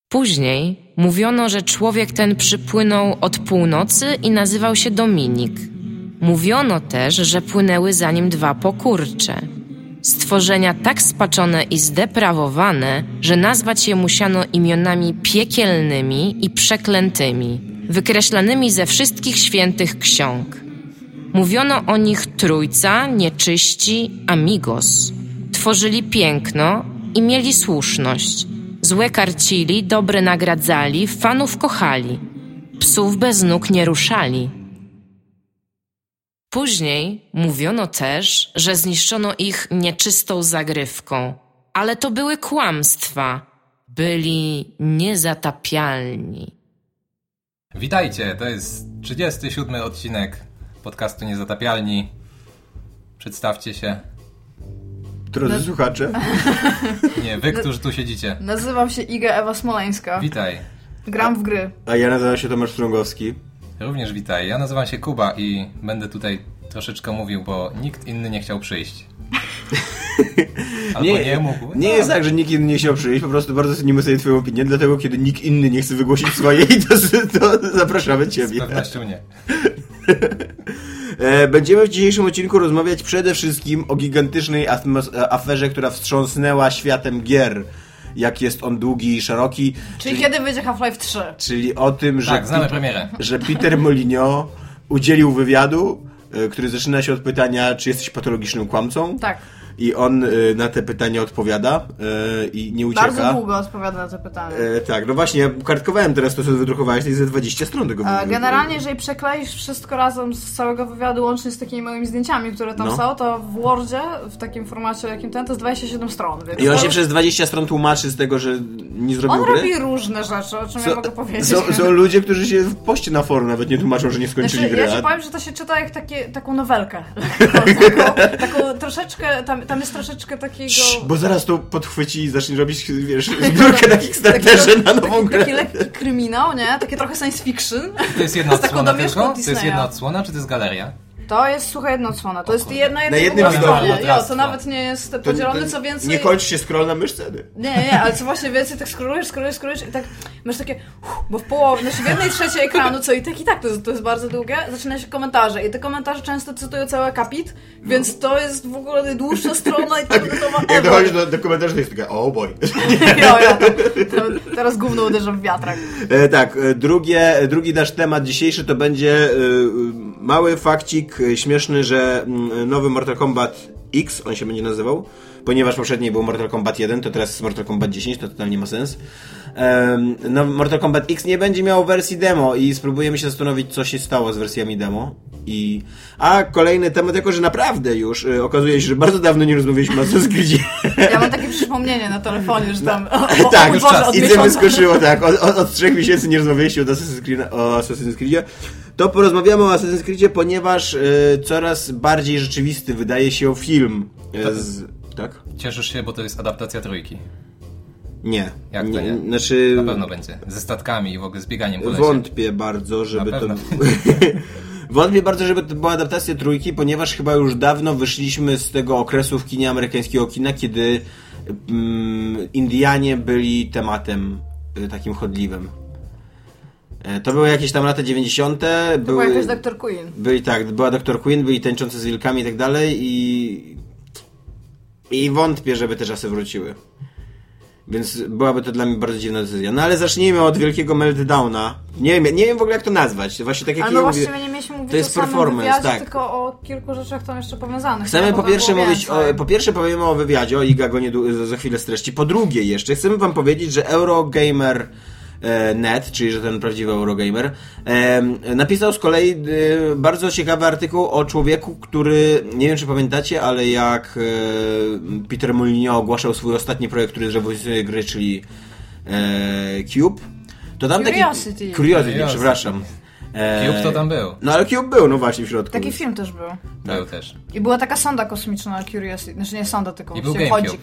Później mówiono, że człowiek ten przypłynął od północy i nazywał się Dominik. Mówiono też, że płynęły za nim 2 pokurcze. Stworzenia tak spaczone i zdeprawowane, że nazwać je musiano imionami piekielnymi i przeklętymi, wykreślanymi ze wszystkich świętych ksiąg. Mówiono o nich trójca, nieczyści, amigos. Tworzyli piękno i mieli słuszność. Złe karcili, dobre nagradzali, fanów kochali. Psów bez nóg nie ruszali. Później mówiono też, że zniszczono ich nieczystą zagrywką. Ale to były kłamstwa. Byli niezatapialni. Witajcie, to jest 37 odcinek podcastu Niezatapialni. Przedstawcie się. Drodzy słuchacze. Nie, wy, którzy tu siedzicie. Nazywam się Iga Ewa Smoleńska. Witaj. Gram w gry. A ja nazywam się Tomasz Strągowski. Również witaj. Ja nazywam się Kuba i będę tutaj troszeczkę mówił, bo nikt inny nie chciał przyjść. Albo nie mógł. Nie jest tak, że nikt inny nie chciał przyjść, po prostu bardzo cenimy sobie twoją opinię, dlatego kiedy nikt inny nie chce wygłosić swojej, to zapraszamy ciebie. Z pewnością nie. Będziemy w dzisiejszym odcinku rozmawiać przede wszystkim o gigantycznej aferze, która wstrząsnęła światem gier. Jak jest on długi i szeroki. Czyli kiedy wyjdzie Half-Life 3? Czyli o tym, że, Tak, znamy premierę. Że Peter Molyneux udzielił wywiadu, który zaczyna się od pytania, czy jesteś patologicznym kłamcą. Tak. I on na te pytania odpowiada i nie ucieka. Bardzo długo odpowiada na te pytania. Tak, no właśnie, ja kartkowałem teraz to, co wydrukowałeś, to jest ze 20 stron tego wywiadu. Generalnie, jeżeli przekleisz wszystko razem z całego wywiadu, łącznie z takimi małymi zdjęciami, które tam są, to w Wordzie, w takim formacie, jakim ten, to jest 27 stron. Więc i on się przez 20 stron tłumaczy z tego, że nie zrobił gry? On gry? robi różne rzeczy, o czym ja mogę powiedzieć. Są ludzie, którzy się w poście na forum nawet nie tłumaczą, że nie skończyli gry. Ja ci powiem, że to się czyta jak taką nowelkę. taką troszeczkę, tam jest troszeczkę takiego... Bo zaraz to podchwyci i zacznie robić, wiesz, zbiórkę na Kickstarterze na nową grę. Taki lekki kryminał, nie? Takie trochę science fiction. To jest jedna odsłona tylko? To jest jedna odsłona, czy to jest galeria? To jest, słuchaj, jedna odsłona. To jest na jednym stronie. To nawet nie jest podzielone, co więcej... Nie kończy się scroll na myszce? Nie, ale co właśnie więcej, tak scrollujesz i tak masz takie... Bo w połowie, znaczy w 1/3 ekranu, co i tak to jest bardzo długie, zaczyna się komentarze. I te komentarze często cytują cały akapit, więc to jest w ogóle najdłuższa strona i to ma... Jak dochodzisz do komentarzy, to jest takie, oh boy. Teraz gówno uderzam w wiatrak. Tak, drugi nasz temat dzisiejszy to będzie mały fakcik śmieszny, że nowy Mortal Kombat X, on się będzie nazywał, ponieważ poprzedniej był Mortal Kombat 1, to teraz jest Mortal Kombat 10, to totalnie ma sens. No, Mortal Kombat X nie będzie miał wersji demo i spróbujemy się zastanowić, co się stało z wersjami demo. A kolejny temat, jako że naprawdę już okazuje się, że bardzo dawno nie rozmawialiśmy o Assassin's Creedzie. Ja mam takie przypomnienie na telefonie, że tam... Tak, już czas. I co wyskoczyło, tak. Od 3 miesięcy nie rozmawialiście o Assassin's Creedzie. To porozmawiamy o Assassin's Creedzie, ponieważ coraz bardziej rzeczywisty wydaje się film. Tak? Cieszysz się, bo to jest adaptacja trójki. Nie. Jak to nie? Znaczy... Na pewno będzie. Ze statkami i w ogóle z bieganiem po lesie. Wątpię bardzo, żeby to... Wątpię bardzo, żeby to była adaptacja trójki, ponieważ chyba już dawno wyszliśmy z tego okresu w kinie amerykańskiego kina, kiedy Indianie byli tematem takim chodliwym. To były jakieś tam lata 90. Była jakaś Dr. Queen. Była Dr. Queen, byli tańczący z wilkami i tak dalej i wątpię, żeby te czasy wróciły. Więc byłaby to dla mnie bardzo dziwna decyzja. No ale zacznijmy od wielkiego meltdowna. Nie wiem w ogóle jak to nazwać. Właśnie tak jak ale ja właściwie mówię, nie mieliśmy mówić to jest o samym performance, wywiadzie, tak. tylko o kilku rzeczach tam jeszcze powiązanych. Chcemy po pierwsze mówić po pierwsze powiemy o wywiadzie, o Iga go za chwilę streści. Po drugie jeszcze chcemy wam powiedzieć, że Eurogamer.net, czyli że ten prawdziwy Eurogamer, napisał z kolei bardzo ciekawy artykuł o człowieku, który, nie wiem czy pamiętacie, ale jak Peter Molyneux ogłaszał swój ostatni projekt, który zrewolucjonuje gry, czyli Cube, to tam Curiosity, przepraszam. Cube to tam był. No ale Cube był, no właśnie w środku. Taki film też był. Był też. I była taka sonda kosmiczna Curiosity. Znaczy nie sonda, tylko i był chodzik.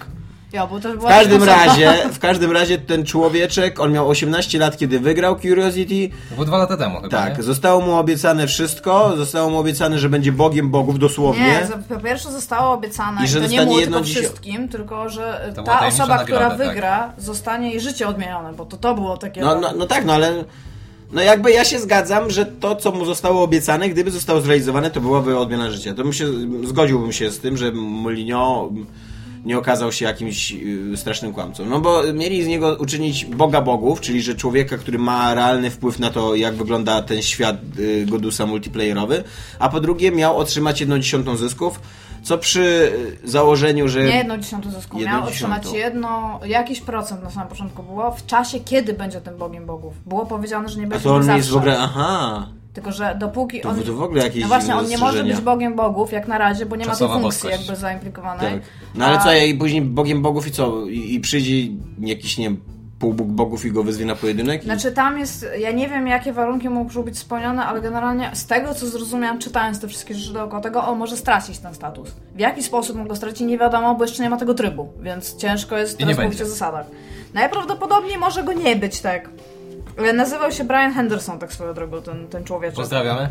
Ja, bo to W każdym razie ten człowieczek, on miał 18 lat, kiedy wygrał Curiosity. To było 2 lata temu chyba, Tak, nie? zostało mu obiecane wszystko, zostało mu obiecane, że będzie Bogiem Bogów dosłownie. Nie, po pierwsze zostało obiecane, I że to nie dostanie było jedno tylko wszystkim, tylko że To była ta tajemnicza osoba, nagroda, która wygra, zostanie jej życie odmienione, bo to było takie... No tak, ale... No jakby ja się zgadzam, że to, co mu zostało obiecane, gdyby zostało zrealizowane, to byłaby odmiana życia. To zgodziłbym się z tym, że Mourinho nie okazał się jakimś strasznym kłamcą. No bo mieli z niego uczynić Boga Bogów, czyli że człowieka, który ma realny wpływ na to, jak wygląda ten świat Godusa multiplayerowy, a po drugie miał otrzymać 1/10 zysków, co przy założeniu, że... Nie 1/10 zysku, miał otrzymać jakiś procent na samym początku było w czasie, kiedy będzie tym Bogiem Bogów. Było powiedziane, że nie będzie A to on zawsze. jest w ogóle... Aha... Tylko, że dopóki on... To w ogóle jakieś no właśnie, on nie może zastrzeżenia. być Bogiem Bogów, jak na razie, bo nie Czasowa ma tej funkcji boskość. jakby zaimplikowanej. Tak. No ale co, i później Bogiem Bogów i co? I przyjdzie jakiś, nie wiem, półbóg Bogów i go wyzwie na pojedynek? Znaczy tam jest, ja nie wiem jakie warunki muszą być spełnione, ale generalnie z tego co zrozumiałam czytając te wszystkie rzeczy dookoła tego, on może stracić ten status. W jaki sposób mógł go stracić nie wiadomo, bo jeszcze nie ma tego trybu, więc ciężko jest teraz mówić o zasadach. Najprawdopodobniej może go nie być, tak. Nazywał się Brian Henderson, tak swoją drogą, ten człowieczek. Pozdrawiamy.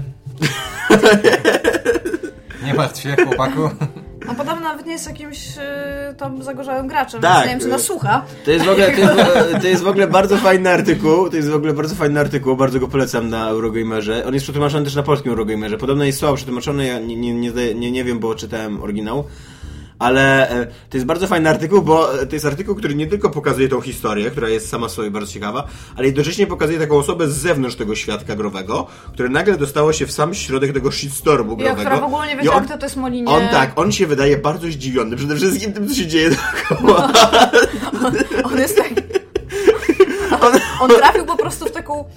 Nie martw się, chłopaku. On podobno nawet nie jest jakimś tam zagorzałym graczem, Tak. więc nie wiem, czy nas słucha. To jest w ogóle bardzo fajny artykuł. Bardzo go polecam na Eurogamerze. On jest przetłumaczony też na polskim Eurogamerze. Podobno jest słabo przetłumaczony, ja nie wiem, bo czytałem oryginał. Ale to jest bardzo fajny artykuł, bo to jest artykuł, który nie tylko pokazuje tą historię, która jest sama sobie bardzo ciekawa, ale jednocześnie pokazuje taką osobę z zewnątrz tego świadka growego, które nagle dostało się w sam środek tego shitstormu growego. Która w ogóle nie wiedziała, kto to jest Mourinho. On się wydaje bardzo zdziwiony przede wszystkim tym, co się dzieje dookoła. On jest tak... On trafił po prostu w taką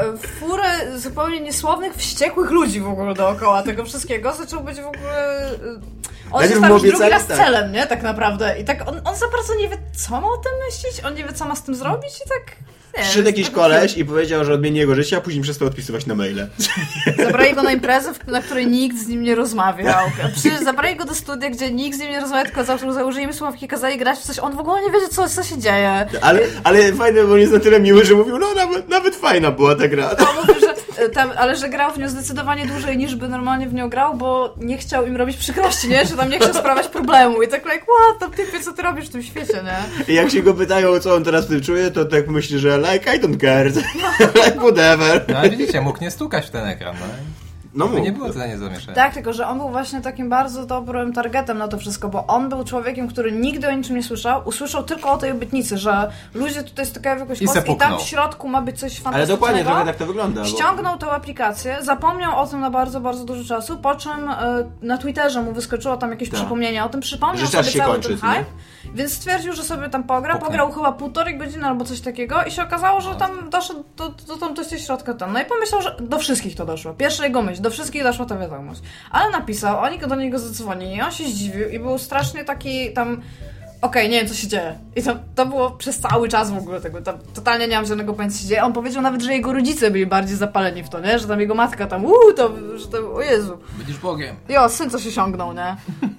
furę zupełnie niesłownych, wściekłych ludzi w ogóle dookoła tego wszystkiego. Zaczął być w ogóle... On się stał już drugi raz celem, nie? Tak naprawdę. I tak on za bardzo nie wie, co ma o tym myśleć, on nie wie, co ma z tym zrobić i tak... Przyszedł jakiś koleś i powiedział, że odmieni jego życie, a później przestał odpisywać na maile. Zabrali go na imprezę, na której nikt z nim nie rozmawiał. Zabrali go do studia, gdzie nikt z nim nie rozmawiał, tylko założyli im słuchawki, kazali grać w coś. On w ogóle nie wie, co się dzieje. Ale fajne, bo on jest na tyle miły, że mówił, no nawet fajna była ta gra. No, mówił, ale że grał w nią zdecydowanie dłużej niż by normalnie w nią grał, bo nie chciał im robić przykrości, nie? Że tam nie chciał sprawiać problemu. I tak what, tam typie, co ty robisz w tym świecie, nie? I jak się go pytają, co on teraz w tym czuje, to tak myśli, że like, I don't care. Like, whatever. No ale widzicie, mógł nie stukać w ten ekran, no. No mógł. Nie było tyle niezamieszania. Tak, tylko że on był właśnie takim bardzo dobrym targetem na to wszystko, bo on był człowiekiem, który nigdy o niczym nie słyszał, usłyszał tylko o tej obietnicy, że ludzie tutaj stykają w jakąś kostkę i tam w środku ma być coś fantastycznego. Ale dokładnie, trochę tak to wygląda. Ściągnął tą aplikację, zapomniał o tym na bardzo, bardzo dużo czasu, po czym na Twitterze mu wyskoczyło tam jakieś przypomnienie o tym, przypomniał sobie cały ten hype, więc stwierdził, że sobie tam pograł chyba 1,5 godziny albo coś takiego i się okazało, że tam doszedł do tej środka ten. No i pomyślał, że do wszystkich to doszło. Pierwsza jego myśl, do wszystkich doszła ta wiadomość. Ale napisał, oni do niego zadzwonili, on się zdziwił i był strasznie taki tam nie wiem co się dzieje. I to było przez cały czas w ogóle tego. Tam totalnie nie mam żadnego pojęcia co się dzieje. On powiedział nawet, że jego rodzice byli bardziej zapaleni w to, nie? Że tam jego matka tam, że tam, o Jezu. Będziesz Bogiem. Jo, syn co się siągnął, nie?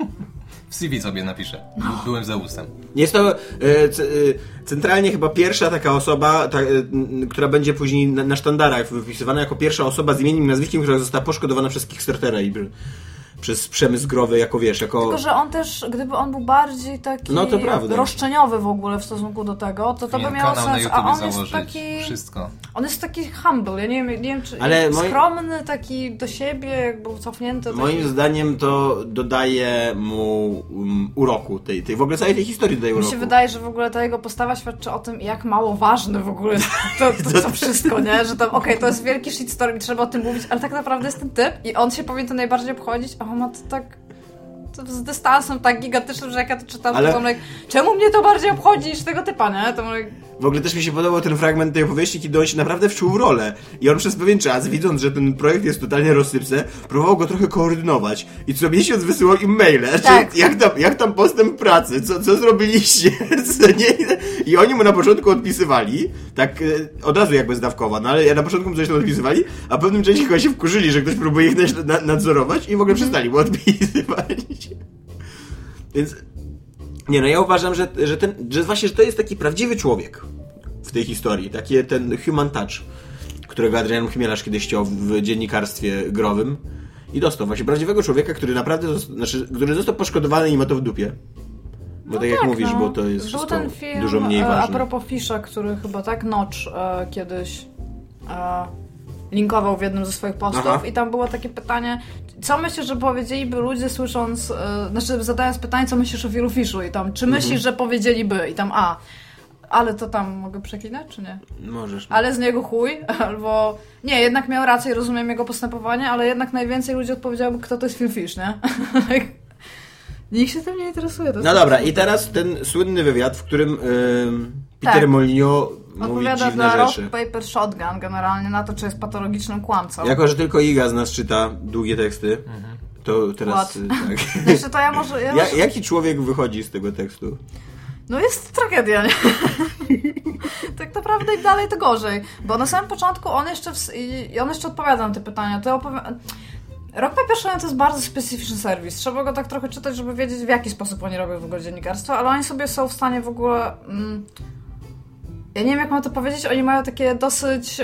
W CV sobie napiszę. Byłem Zeusem. Jest to centralnie chyba pierwsza taka osoba, która będzie później na sztandarach wypisywana jako pierwsza osoba z imieniem i nazwiskiem, która została poszkodowana przez Kickstartera i przez przemysł growy, jako wiesz, jako... Tylko, że on też, gdyby on był bardziej taki roszczeniowy w ogóle w stosunku do tego, to by miało sens, a on jest taki... Wszystko. On jest taki humble, ja nie wiem czy skromny, taki do siebie, jakby cofnięty. Moim zdaniem to dodaje mu uroku, tej w ogóle całej tej historii dodaje uroku. Mi się wydaje, że w ogóle ta jego postawa świadczy o tym, jak mało ważne w ogóle to wszystko, nie? Że tam, to jest wielki shitstorm i trzeba o tym mówić, ale tak naprawdę jest ten typ i on się powinien to najbardziej obchodzić, a on ma to tak z dystansem tak gigantycznym, że jak ja to czytam, to mam czemu mnie to bardziej obchodzi niż tego typa, nie? To w ogóle też mi się podobał ten fragment tej opowieści, kiedy on się naprawdę wczuł w rolę. I on przez pewien czas, widząc, że ten projekt jest totalnie rozsypce, próbował go trochę koordynować. I co miesiąc wysyłał im maile. Tak. Jak tam postęp pracy? Co zrobiliście? I oni mu na początku odpisywali, tak od razu jakby zdawkowo, no ale na początku mu coś tam odpisywali, a w pewnym czasie chyba się wkurzyli, że ktoś próbuje ich nadzorować i w ogóle przestali mu odpisywać. Więc Nie, no ja uważam, że właśnie że to jest taki prawdziwy człowiek w tej historii. Taki ten human touch, którego Adrian Chmielarz kiedyś chciał w dziennikarstwie growym. I dostał właśnie prawdziwego człowieka, który naprawdę, który został poszkodowany i ma to w dupie. Bo tak jak mówisz, bo to jest wszystko ten film, dużo mniej ważne. A propos Fisha, który chyba Notch kiedyś linkował w jednym ze swoich postów i tam było takie pytanie, co myślisz, że powiedzieliby ludzie słysząc, zadając pytanie, co myślisz o Philu Fishu i tam, czy myślisz, że powiedzieliby i tam ale to tam mogę przeklinać, czy nie? Możesz. Ale z niego chuj, albo nie, jednak miał rację, rozumiem jego postępowanie, ale jednak najwięcej ludzi odpowiedziałoby, kto to jest Phil Fish, nie? Nikt się tym nie interesuje. No dobra, i teraz ten słynny wywiad, w którym Peter Molyneux mówi dziwne dla rzeczy. Rock Paper Shotgun generalnie na to, czy jest patologicznym kłamcą. Jako, że tylko Iga z nas czyta długie teksty, to teraz tak. Znaczy, to ja może... Jaki człowiek wychodzi z tego tekstu? No jest tragedia, nie? Tak naprawdę im dalej to gorzej. Bo na samym początku on jeszcze odpowiada na te pytania. Rock Paper Shotgun to jest bardzo specyficzny serwis. Trzeba go tak trochę czytać, żeby wiedzieć, w jaki sposób oni robią w ogóle dziennikarstwo, ale oni sobie są w stanie w ogóle... ja nie wiem, jak mam to powiedzieć. Oni mają takie dosyć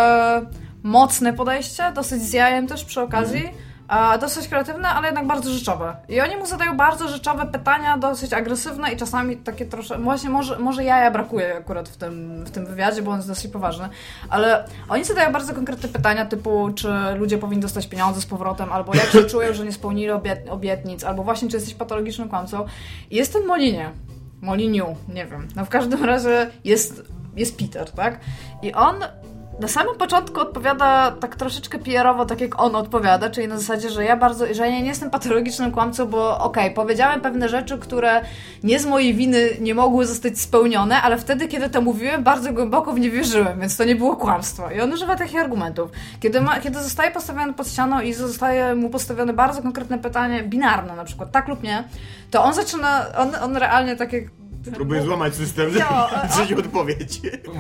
mocne podejście, dosyć z jajem też przy okazji. Dosyć kreatywne, ale jednak bardzo rzeczowe. I oni mu zadają bardzo rzeczowe pytania, dosyć agresywne i czasami takie troszkę... Właśnie może jaja brakuje akurat w tym wywiadzie, bo on jest dosyć poważny. Ale oni zadają bardzo konkretne pytania typu, czy ludzie powinni dostać pieniądze z powrotem, albo jak się czują, że nie spełnili obietnic, albo właśnie, czy jesteś patologicznym kłamcą. I jest ten Molyneux, nie wiem. No w każdym razie jest Peter, tak? I on... Na samym początku odpowiada tak troszeczkę PR-owo, tak jak on odpowiada, czyli na zasadzie, że ja nie jestem patologicznym kłamcą, bo powiedziałem pewne rzeczy, które nie z mojej winy nie mogły zostać spełnione, ale wtedy, kiedy to mówiłem, bardzo głęboko w nie wierzyłem, więc to nie było kłamstwo. I on używa takich argumentów. Kiedy zostaje postawiony pod ścianą i zostaje mu postawione bardzo konkretne pytanie, binarne na przykład, tak lub nie, to on zaczyna, on realnie tak jak... Próbuję złamać system, żeby odpowiedź.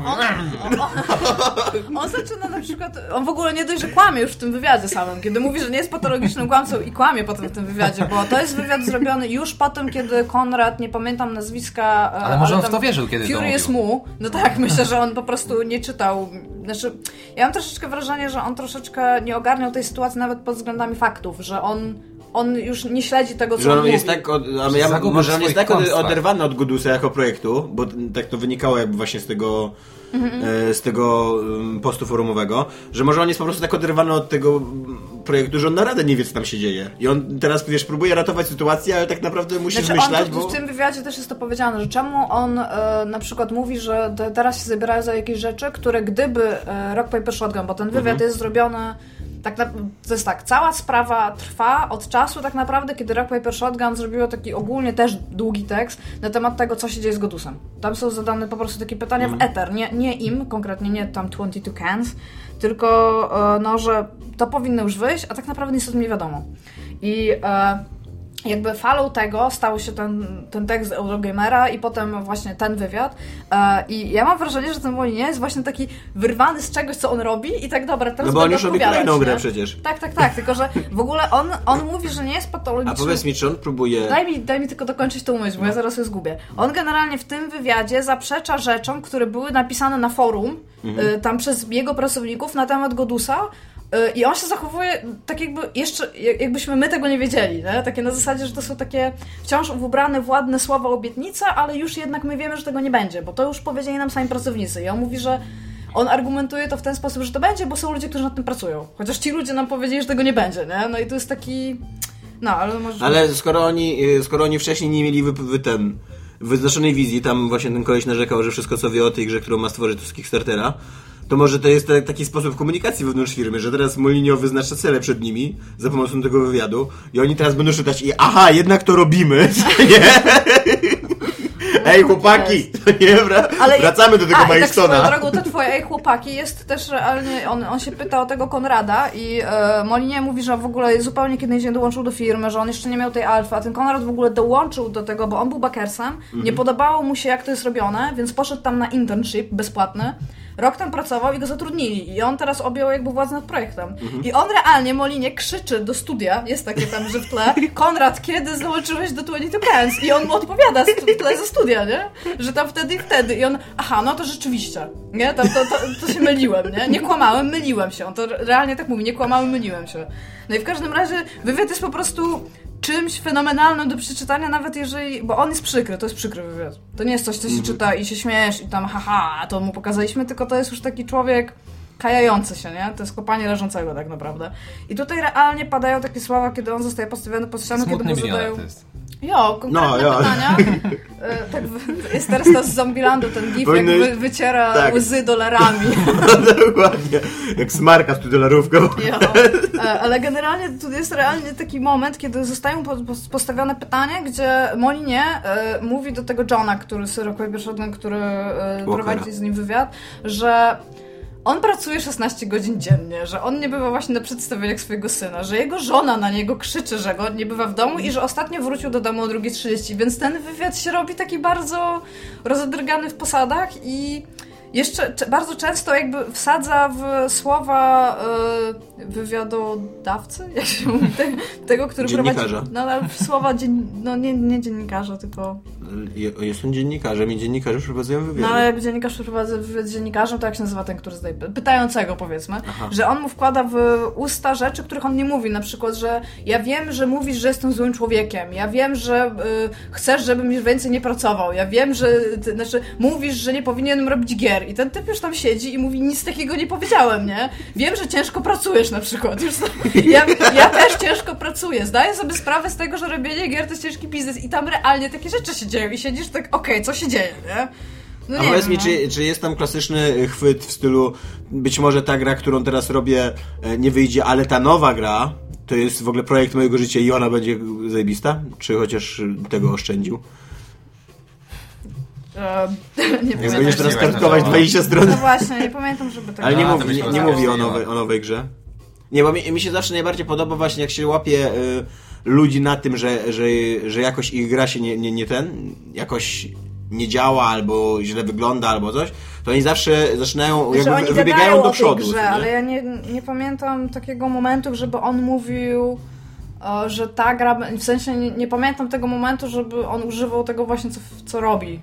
On zaczyna na przykład... On w ogóle nie dość, że kłamie już w tym wywiadzie samym, kiedy mówi, że nie jest patologicznym kłamcą i kłamie potem w tym wywiadzie, bo to jest wywiad zrobiony już po tym, kiedy Konrad, nie pamiętam nazwiska... Ale może on w to wierzył, kiedy Furious to mówił. Mu. No tak, myślę, że on po prostu nie czytał... Znaczy, ja mam troszeczkę wrażenie, że on troszeczkę nie ogarniał tej sytuacji nawet pod względami faktów, że on już nie śledzi tego, co on mówi. Jest tak może on jest tak oderwany od Godusa jako projektu, bo tak to wynikało jakby właśnie z tego postu forumowego, że może on jest po prostu tak oderwany od tego projektu, że on na radę nie wie, co tam się dzieje. I on teraz, próbuje ratować sytuację, ale tak naprawdę musisz myśleć, bo... W tym wywiadzie też jest to powiedziane, że czemu on na przykład mówi, że teraz się zabierają za jakieś rzeczy, które gdyby Rock Paper Shotgun, bo ten wywiad jest zrobiony... To jest tak, cała sprawa trwa od czasu tak naprawdę, kiedy Rock Paper Shotgun zrobiło taki ogólnie też długi tekst na temat tego, co się dzieje z Godusem. Tam są zadane po prostu takie pytania w eter, nie im, konkretnie nie tam 22 Cans, tylko że to powinno już wyjść, a tak naprawdę nic o tym nie wiadomo. I jakby falą tego stał się ten tekst Eurogamera i potem właśnie ten wywiad. I ja mam wrażenie, że ten Molyneux jest właśnie taki wyrwany z czegoś, co on robi i tak dobra, teraz no bo on już robi kolejną grę przecież. Tak, tylko że w ogóle on mówi, że nie jest patologiczny. A powiedz mi, czy on próbuje... Daj mi tylko dokończyć tą myśl, bo ja zaraz ją zgubię. On generalnie w tym wywiadzie zaprzecza rzeczom, które były napisane na forum, tam przez jego pracowników na temat Godusa. I on się zachowuje tak jakbyśmy my tego nie wiedzieli, nie? Takie na zasadzie, że to są takie wciąż ubrane w ładne słowa obietnice, ale już jednak my wiemy, że tego nie będzie, bo to już powiedzieli nam sami pracownicy. I on mówi, że on argumentuje to w ten sposób, że to będzie, bo są ludzie, którzy nad tym pracują. Chociaż ci ludzie nam powiedzieli, że tego nie będzie, nie? No i to jest taki... ale może... Ale skoro oni wcześniej nie mieli wyznaczonej wizji, tam właśnie ten koleś narzekał, że wszystko co wie o tej grze, którą ma stworzyć, to z Kickstartera, to może to jest taki sposób komunikacji wewnątrz firmy, że teraz Molyneux wyznacza cele przed nimi za pomocą tego wywiadu i oni teraz będą czytać i jednak to robimy, nie? Ej chłopaki, wracamy do tego Milestone'a. Tak swoją drogą, to twoje chłopaki jest też realnie, on się pyta o tego Konrada i Molyneux mówi, że w ogóle zupełnie kiedy nie dołączył do firmy, że on jeszcze nie miał tej alfy, a ten Konrad w ogóle dołączył do tego, bo on był backersem, nie podobało mu się jak to jest robione, więc poszedł tam na internship bezpłatny, rok tam pracował i go zatrudnili i on teraz objął jakby władzę nad projektem. I on realnie, Molinie, krzyczy do studia, jest takie tam, że w tle, Konrad, kiedy dołączyłeś do 22 Cans? I on mu odpowiada w tle ze studia, nie? Że tam wtedy i wtedy. I on, aha, no to rzeczywiście, nie? To się myliłem, nie? Nie kłamałem, myliłem się. On to realnie tak mówi, nie kłamałem, myliłem się. No i w każdym razie wywiad jest po prostu czymś fenomenalnym do przeczytania, nawet jeżeli... Bo on jest przykry, to jest przykry wywiad. To nie jest coś, co się czyta i się śmiejesz i tam haha, to mu pokazaliśmy, tylko to jest już taki człowiek kajający się, nie? To jest kopanie leżącego tak naprawdę. I tutaj realnie padają takie słowa, kiedy on zostaje postawiony pod ścianą, kiedy mu zadają... Jo, konkretne pytania. Tak, jest teraz to z Zombielandu ten gif, jak wyciera łzy dolarami. Dokładnie. Jak smarka z dolarówką. Ale generalnie tu jest realnie taki moment, kiedy zostają postawione pytania, gdzie Molinie mówi do tego Johna, który prowadzi z nim wywiad, że on pracuje 16 godzin dziennie, że on nie bywa właśnie na przedstawieniach swojego syna, że jego żona na niego krzyczy, że go nie bywa w domu i że ostatnio wrócił do domu o 2:30, więc ten wywiad się robi taki bardzo rozedrgany w posadach i jeszcze bardzo często jakby wsadza w słowa wywiadodawcy, jak się mówi, tego, który dziennikarza. Prowadzi... No ale słowa, nie dziennikarza, tylko... Jestem dziennikarzem i dziennikarze przeprowadzają wywiady. No ale jak dziennikarz przeprowadza wywiad z dziennikarzem, to jak się nazywa ten, który zadaje pytającego, powiedzmy, że on mu wkłada w usta rzeczy, których on nie mówi, na przykład, że ja wiem, że mówisz, że jestem złym człowiekiem, ja wiem, że chcesz, żebym już więcej nie pracował, ja wiem, że mówisz, że nie powinienem robić gier i ten typ już tam siedzi i mówi, nic takiego nie powiedziałem, nie? Wiem, że ciężko pracujesz na przykład. Ja też ciężko pracuję. Zdaję sobie sprawę z tego, że robienie gier to jest ciężki biznes i tam realnie takie rzeczy się dzieją i siedzisz tak, okej, co się dzieje, nie? No a powiedz mi, czy jest tam klasyczny chwyt w stylu, być może ta gra, którą teraz robię, nie wyjdzie, ale ta nowa gra to jest w ogóle projekt mojego życia i ona będzie zajebista? Czy chociaż tego oszczędził? Nie jak będziesz teraz kartkować 20 stron. No właśnie, nie pamiętam, żeby tak... Ale nie mówi o nowej grze. Nie, bo mi się zawsze najbardziej podoba właśnie, jak się łapie ludzi na tym, że jakoś ich gra się jakoś nie działa, albo źle wygląda, albo coś, to oni zawsze zaczynają, jakby wybiegają do przodu. Grze, ale ja nie pamiętam takiego momentu, żeby on mówił, że ta gra, w sensie nie pamiętam tego momentu, żeby on używał tego właśnie, co robi.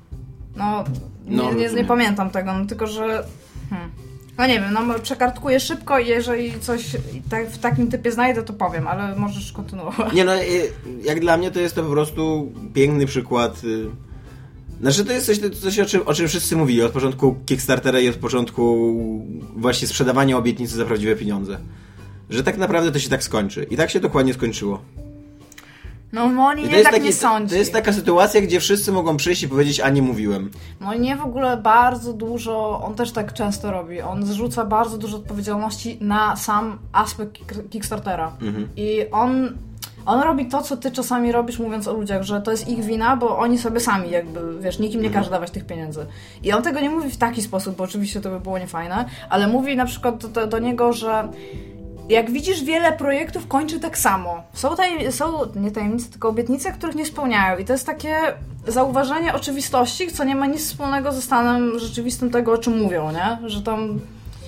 Nie pamiętam tego, tylko że... No nie wiem, przekartkuję szybko i jeżeli coś w takim typie znajdę, to powiem, ale możesz kontynuować. Nie, jak dla mnie to jest to po prostu piękny przykład. Znaczy to jest coś o czym wszyscy mówili od początku Kickstartera i od początku właśnie sprzedawania obietnicy za prawdziwe pieniądze. Że tak naprawdę to się tak skończy. I tak się dokładnie skończyło. No Molinie tak nie sądzi. To jest taka sytuacja, gdzie wszyscy mogą przyjść i powiedzieć, a nie mówiłem. Molinie w ogóle bardzo dużo, on też tak często robi, on zrzuca bardzo dużo odpowiedzialności na sam aspekt Kickstartera. I on robi to, co ty czasami robisz, mówiąc o ludziach, że to jest ich wina, bo oni sobie sami jakby, wiesz, nikim nie każe dawać tych pieniędzy. I on tego nie mówi w taki sposób, bo oczywiście to by było niefajne, ale mówi na przykład do niego, że jak widzisz, wiele projektów kończy tak samo. Są nie tajemnice, tylko obietnice, których nie spełniają. I to jest takie zauważenie oczywistości, co nie ma nic wspólnego ze stanem rzeczywistym tego, o czym mówią, nie? Że tam...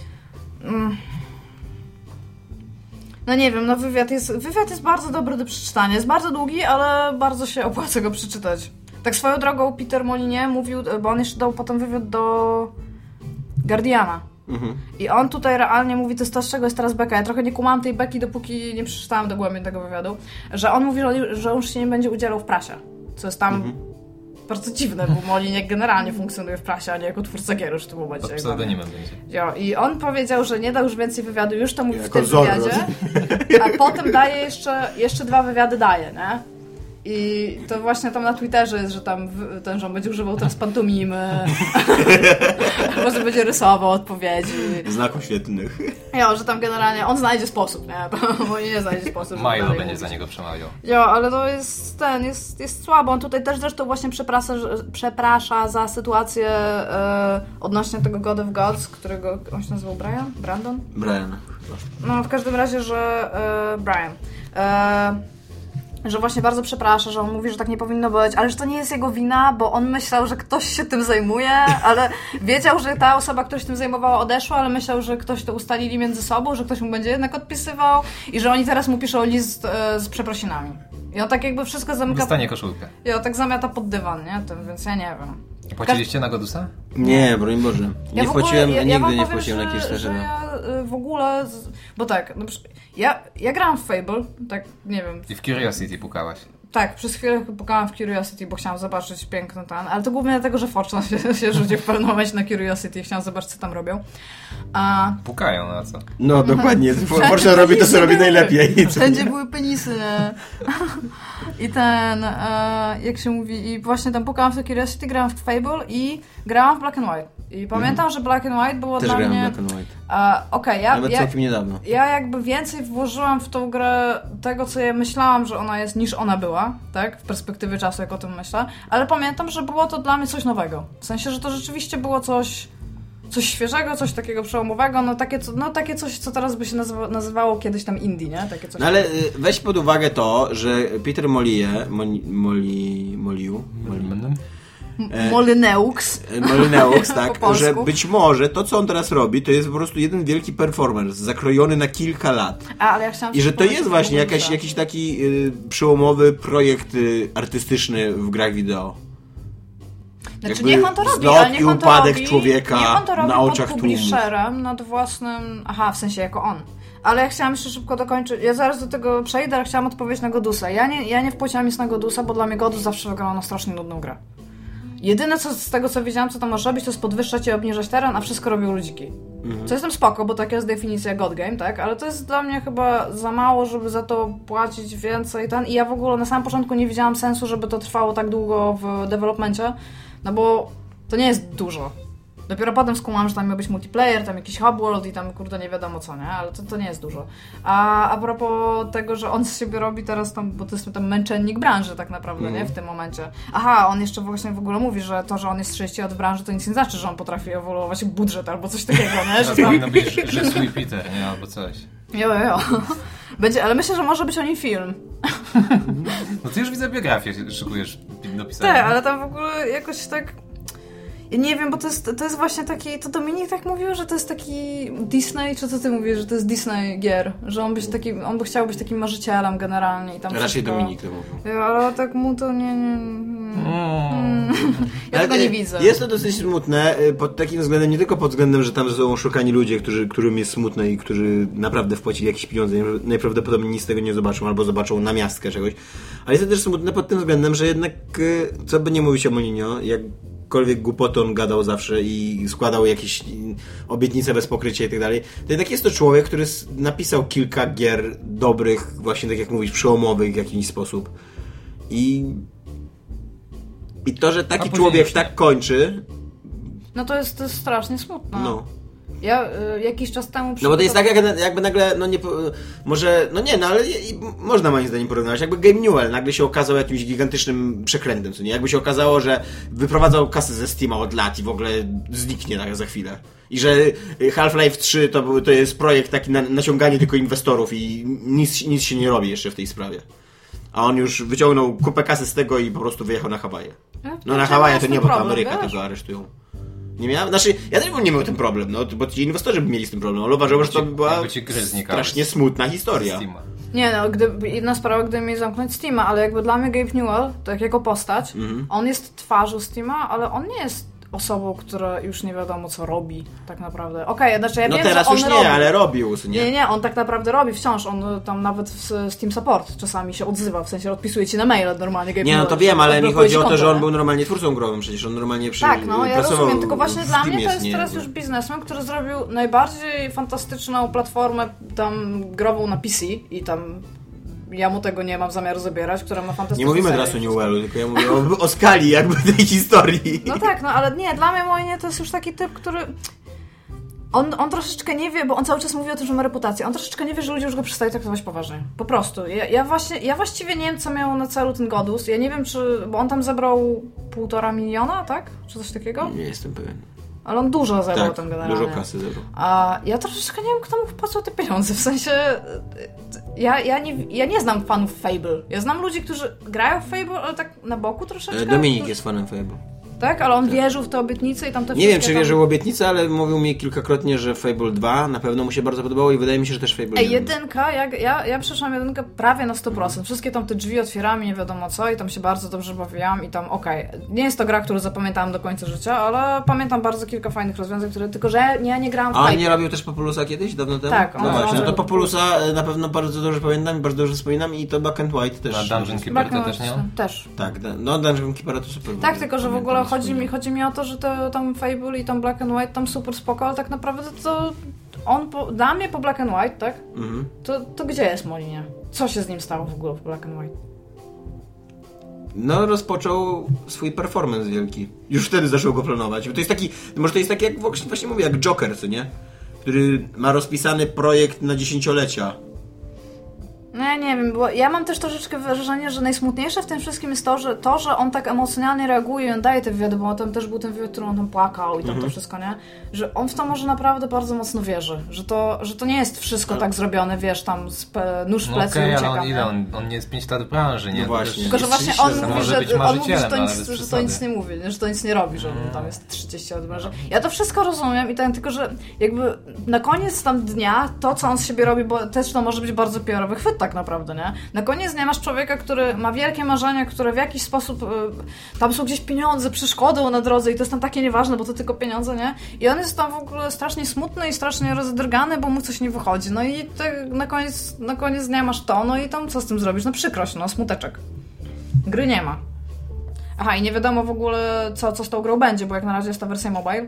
No nie wiem, wywiad jest bardzo dobry do przeczytania. Jest bardzo długi, ale bardzo się opłaca go przeczytać. Tak swoją drogą Peter Molinie mówił, bo on jeszcze dał potem wywiad do Guardiana. I on tutaj realnie mówi, to jest to, z czego jest teraz beka. Ja trochę nie kumałam tej beki, dopóki nie przeczytałam dogłębnie tego wywiadu, że on mówi, że już się nie będzie udzielał w prasie. Co jest tam bardzo dziwne, bo Molinie generalnie funkcjonuje w prasie, a nie jako twórca gier już w tym momencie. Pod pseudonimem będzie. I on powiedział, że nie da już więcej wywiadu, już to mówi w tym wywiadzie, a potem daje jeszcze 2 wywiady daje, nie? I to właśnie tam na Twitterze jest, że tam że on będzie używał teraz pantomimy, może będzie rysował odpowiedzi. Znaków świetnych. Że tam generalnie on znajdzie sposób, nie? Bo nie znajdzie sposób. Milo będzie za niego przemawiał. Ale to jest słabo. On tutaj też zresztą właśnie przeprasza za sytuację odnośnie tego God of Gods, którego on się nazywał Brian? Brandon? Brian. No w każdym razie, że Brian. że właśnie bardzo przeprasza, że on mówi, że tak nie powinno być, ale że to nie jest jego wina, bo on myślał, że ktoś się tym zajmuje, ale wiedział, że ta osoba, która się tym zajmowała, odeszła, ale myślał, że ktoś to ustalili między sobą, że ktoś mu będzie jednak odpisywał i że oni teraz mu piszą list z przeprosinami. I on tak jakby wszystko zamyka... Dostanie koszulkę. I on tak zamiata pod dywan, nie? Tym, więc ja nie wiem. Płaciliście na Godusa? Nie, broń Boże. Nie wpłaciłem, nigdy nie wpłaciłem na że Kickstartera. ja w ogóle... Bo tak, no, ja grałam w Fable, tak, nie wiem... I w Curiosity pukałaś. Tak, przez chwilę pukałam w Curiosity, bo chciałam zobaczyć piękny ten, ale to głównie dlatego, że Fortune się rzucił w pewnym momencie na Curiosity i chciałam zobaczyć, co tam robią. Pukają, na co? No, dokładnie. Fortune robi to, co robi najlepiej. Wszędzie były penisy, nie? I ten, jak się mówi, i właśnie tam pukałam w to Curiosity, grałam w Fable i grałam w Black and White. I pamiętam, że Black and White było Też dla grałem mnie... Black and White. Okej, Nawet całkiem niedawno. Ja jakby więcej włożyłam w tą grę tego, co ja myślałam, że ona jest, niż ona była, tak? W perspektywie czasu, jak o tym myślę. Ale pamiętam, że było to dla mnie coś nowego. W sensie, że to rzeczywiście było coś świeżego, coś takiego przełomowego, takie coś, co teraz by się nazywało kiedyś tam indie, nie? Takie coś. No ale weź pod uwagę to, że Peter Molyneux, tak, że być może to, co on teraz robi, to jest po prostu jeden wielki performance, zakrojony na kilka lat. Ale ja chciałam... I że to jest właśnie jakiś taki przełomowy projekt artystyczny w grach wideo. Znaczy niech on to robi, zlot ale niech i on to upadek robi, człowieka niech on to robi na oczach pod tłumów. publisherem, nad własnym... Aha, w sensie jako on. Ale ja chciałam jeszcze szybko dokończyć. Ja zaraz do tego przejdę, ale chciałam odpowiedzieć na Godusa. Ja nie wpłaciłam nic na Godusa, bo dla mnie Godus zawsze wyglądał na strasznie nudną grę. Jedyne co z tego, co wiedziałam, co tam możesz robić, to jest podwyższać i obniżać teren, a wszystko robią ludziki. Co jestem spoko, bo taka jest definicja God Game, tak? Ale to jest dla mnie chyba za mało, żeby za to płacić więcej. I ja w ogóle na samym początku nie widziałam sensu, żeby to trwało tak długo w developmencie, no bo to nie jest dużo. Dopiero potem skumałam, że tam miał być multiplayer, tam jakiś hubworld i tam kurde nie wiadomo co, nie? Ale to nie jest dużo. A propos tego, że on z siebie robi teraz tam, bo to jest tam męczennik branży tak naprawdę, nie? W tym momencie. Aha, on jeszcze właśnie w ogóle mówi, że to, że on jest 30 lat w branży, to nic nie znaczy, że on potrafi ewoluować budżet albo coś takiego, nie? Że powinno być, że swój Peter, nie? Albo coś. Jo. Będzie, ale myślę, że może być o nim film. No ty już widzę biografię, szykujesz do pisania. Tak, ale tam w ogóle jakoś tak... Ja nie wiem, bo to jest właśnie taki... To Dominik tak mówił, że to jest taki Disney, czy co ty mówisz, że to jest Disney gier? Że on by chciał być takim marzycielem generalnie i tam raczej wszystko... Dominik to mówił. Ale tak mu to nie. Ja tego nie widzę. Jest to dosyć smutne pod takim względem, nie tylko pod względem, że tam są szukani ludzie, którym jest smutne i którzy naprawdę wpłacili jakieś pieniądze, najprawdopodobniej nic z tego nie zobaczą albo zobaczą namiastkę czegoś. Ale jest to też smutne pod tym względem, że jednak, co by nie mówić o Molinio, jakkolwiek głupoty on gadał zawsze i składał jakieś obietnice bez pokrycia i tak dalej, to jednak jest to człowiek, który napisał kilka gier dobrych, właśnie tak jak mówisz, przełomowych w jakiś sposób. I to, że taki człowiek tak kończy... No to jest strasznie smutne. No. Ja jakiś czas temu... No bo to jest tak jakby nagle, no nie... Może... No nie, no ale można moim zdaniem porównywać. Jakby Gabe Newell nagle się okazał jakimś gigantycznym przekrętem, co nie? Jakby się okazało, że wyprowadzał kasę ze Steama od lat i w ogóle zniknie tak za chwilę. I że Half-Life 3 to jest projekt taki na naciąganie tylko inwestorów i nic się nie robi jeszcze w tej sprawie. A on już wyciągnął kupę kasy z tego i po prostu wyjechał na Hawaje. No na Hawaje to nie, bo to Ameryka tego aresztują. Nie miałem? Znaczy, ja też bym nie miał ten problem, no, bo ci inwestorzy by mieli z tym problem. Ale uważam, że to by była strasznie smutna historia. Nie no, jedna sprawa, gdyby mi zamknąć Steama, ale jakby dla mnie Gabe Newell, tak jako postać, on jest twarzą Steama, ale on nie jest osobą, która już nie wiadomo co robi tak naprawdę. Okej, znaczy ja wiem, teraz że on już nie, robi. ale robił. Nie, on tak naprawdę robi wciąż. On tam nawet w Steam Support czasami się odzywa, w sensie odpisuje ci na maile normalnie. Nie, no to wiem, ale mi chodzi o to, że on był normalnie twórcą growym, przecież on normalnie Tak, no ja rozumiem, tylko właśnie dla mnie to jest nie, teraz już biznesmen, który zrobił najbardziej fantastyczną platformę tam grową na PC i tam ja mu tego nie mam zamiaru zabierać, która ma fantastyczną... Nie mówimy teraz o Newellu, tylko ja mówię o skali jakby tej historii. No tak, no ale nie, dla mnie Moinie to jest już taki typ, który... On troszeczkę nie wie, bo on cały czas mówi o tym, że ma reputację. On troszeczkę nie wie, że ludzie już go przestają traktować poważnie. Po prostu. Ja właściwie nie wiem, co miał na celu ten Godus. Ja nie wiem, czy... Bo on tam zebrał 1,5 miliona, tak? Czy coś takiego? Nie jestem pewien. Ale on dużo zebrał Tak, tam generalnie. dużo kasy zebrał. A ja troszeczkę nie wiem, kto mu wpłacał te pieniądze. W sensie... Ja nie znam fanów Fable. Ja znam ludzi, którzy grają w Fable, ale tak na boku troszeczkę. Dominik jest fanem Fable. Tak? Ale on wierzył w te obietnice i tam te Nie wiem, czy tam... wierzył w obietnicę, ale mówił mi kilkakrotnie, że Fable 2 na pewno mu się bardzo podobało i wydaje mi się, że też Fable 1. Jedynka, ja przeszłam jedynkę prawie na 100%. Wszystkie tam te drzwi otwieramy, nie wiadomo co i tam się bardzo dobrze bawiłam i tam nie jest to gra, którą zapamiętałam do końca życia, ale pamiętam bardzo kilka fajnych rozwiązań, tylko że ja nie grałam w A Fable. nie robił też Populusa kiedyś, dawno temu? Tak, no właśnie, no to robił Populusa na pewno bardzo dobrze pamiętam i bardzo dobrze wspominam i to Black and White też. A Dungeon Keeper to też nie on? Też. Tak, no Dungeon Keepera to super. Tak, tylko że w ogóle chodzi mi o to, że tam Fable i tam Black and White tam super spoko, ale tak naprawdę to on dla mnie po Black and White, tak? Mhm. To gdzie jest Molinie? Co się z nim stało w ogóle w Black and White? No, rozpoczął swój performance wielki. Już wtedy zaczął go planować. Bo to jest taki, może to jest tak jak właśnie mówię, jak Joker, co nie? Który ma rozpisany projekt na dziesięciolecia. No ja nie wiem, bo ja mam też troszeczkę wrażenie, że najsmutniejsze w tym wszystkim jest to, że on tak emocjonalnie reaguje i on daje te wywiady, bo tam też był ten wywiad, który on tam płakał i tam to wszystko, nie? Że on w to może naprawdę bardzo mocno wierzy, że to nie jest wszystko tak zrobione, wiesz, tam nóż w plecy okej, ucieka, ale on nie jest 5 lat w branży, nie? No właśnie. Tylko, że właśnie on mówi, że to nic nie mówi, że to nic nie robi, że on tam jest 30 lat w branży. Ja to wszystko rozumiem i tak, tylko, że jakby na koniec tam dnia to, co on z siebie robi, bo też to może być bardzo PR-owy chwyt tak naprawdę, nie? Na koniec dnia masz człowieka, który ma wielkie marzenia, które w jakiś sposób tam są gdzieś pieniądze, przeszkody na drodze i to jest tam takie nieważne, bo to tylko pieniądze, nie? I on jest tam w ogóle strasznie smutny i strasznie rozdrgany, bo mu coś nie wychodzi. No i na koniec dnia masz to, no i tam co z tym zrobisz? No przykrość, no smuteczek. Gry nie ma. Aha, i nie wiadomo w ogóle, co z tą grą będzie, bo jak na razie jest ta wersja mobile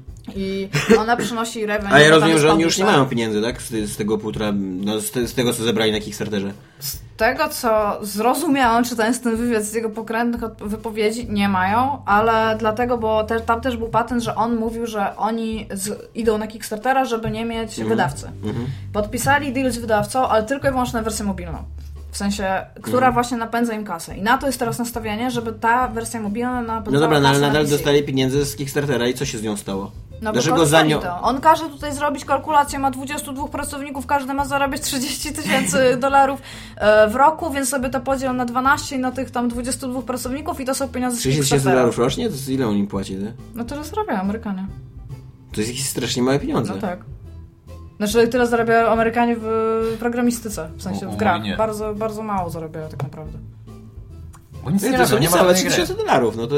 i ona przynosi revenue. A ja rozumiem, że oni już nie mają pieniędzy, tak? Z tego półtora, no z tego, co zebrali na Kickstarterze. Z tego, co zrozumiałam, czytając ten wywiad z jego pokrętnych wypowiedzi, nie mają, ale dlatego, bo tam też był patent, że on mówił, że oni idą na Kickstartera, żeby nie mieć wydawcy. Podpisali deal z wydawcą, ale tylko i wyłącznie na wersję mobilną. W sensie, która właśnie napędza im kasę. I na to jest teraz nastawienie, żeby ta wersja mobilna napędzała No dobra, no ale nadal PC. dostali pieniądze z Kickstartera i co się z nią stało? No Dlaczego za nią... to? On każe tutaj zrobić kalkulację, ma 22 pracowników, każdy ma zarabiać $30,000 w roku, więc sobie to podziel na 12 na tych tam 22 pracowników i to są pieniądze z Kickstartera. $30,000 rocznie? To jest ile on im płaci, ty? No tyle zarabiają Amerykanie. To jest jakieś strasznie małe pieniądze. No tak. Znaczy tyle zarabiają Amerykanie w programistyce, w sensie w grach. Bardzo, bardzo mało zarabiają tak naprawdę. Bo nic nie To robią, są nie ma niecałe żadnej gry. $3,000, no to...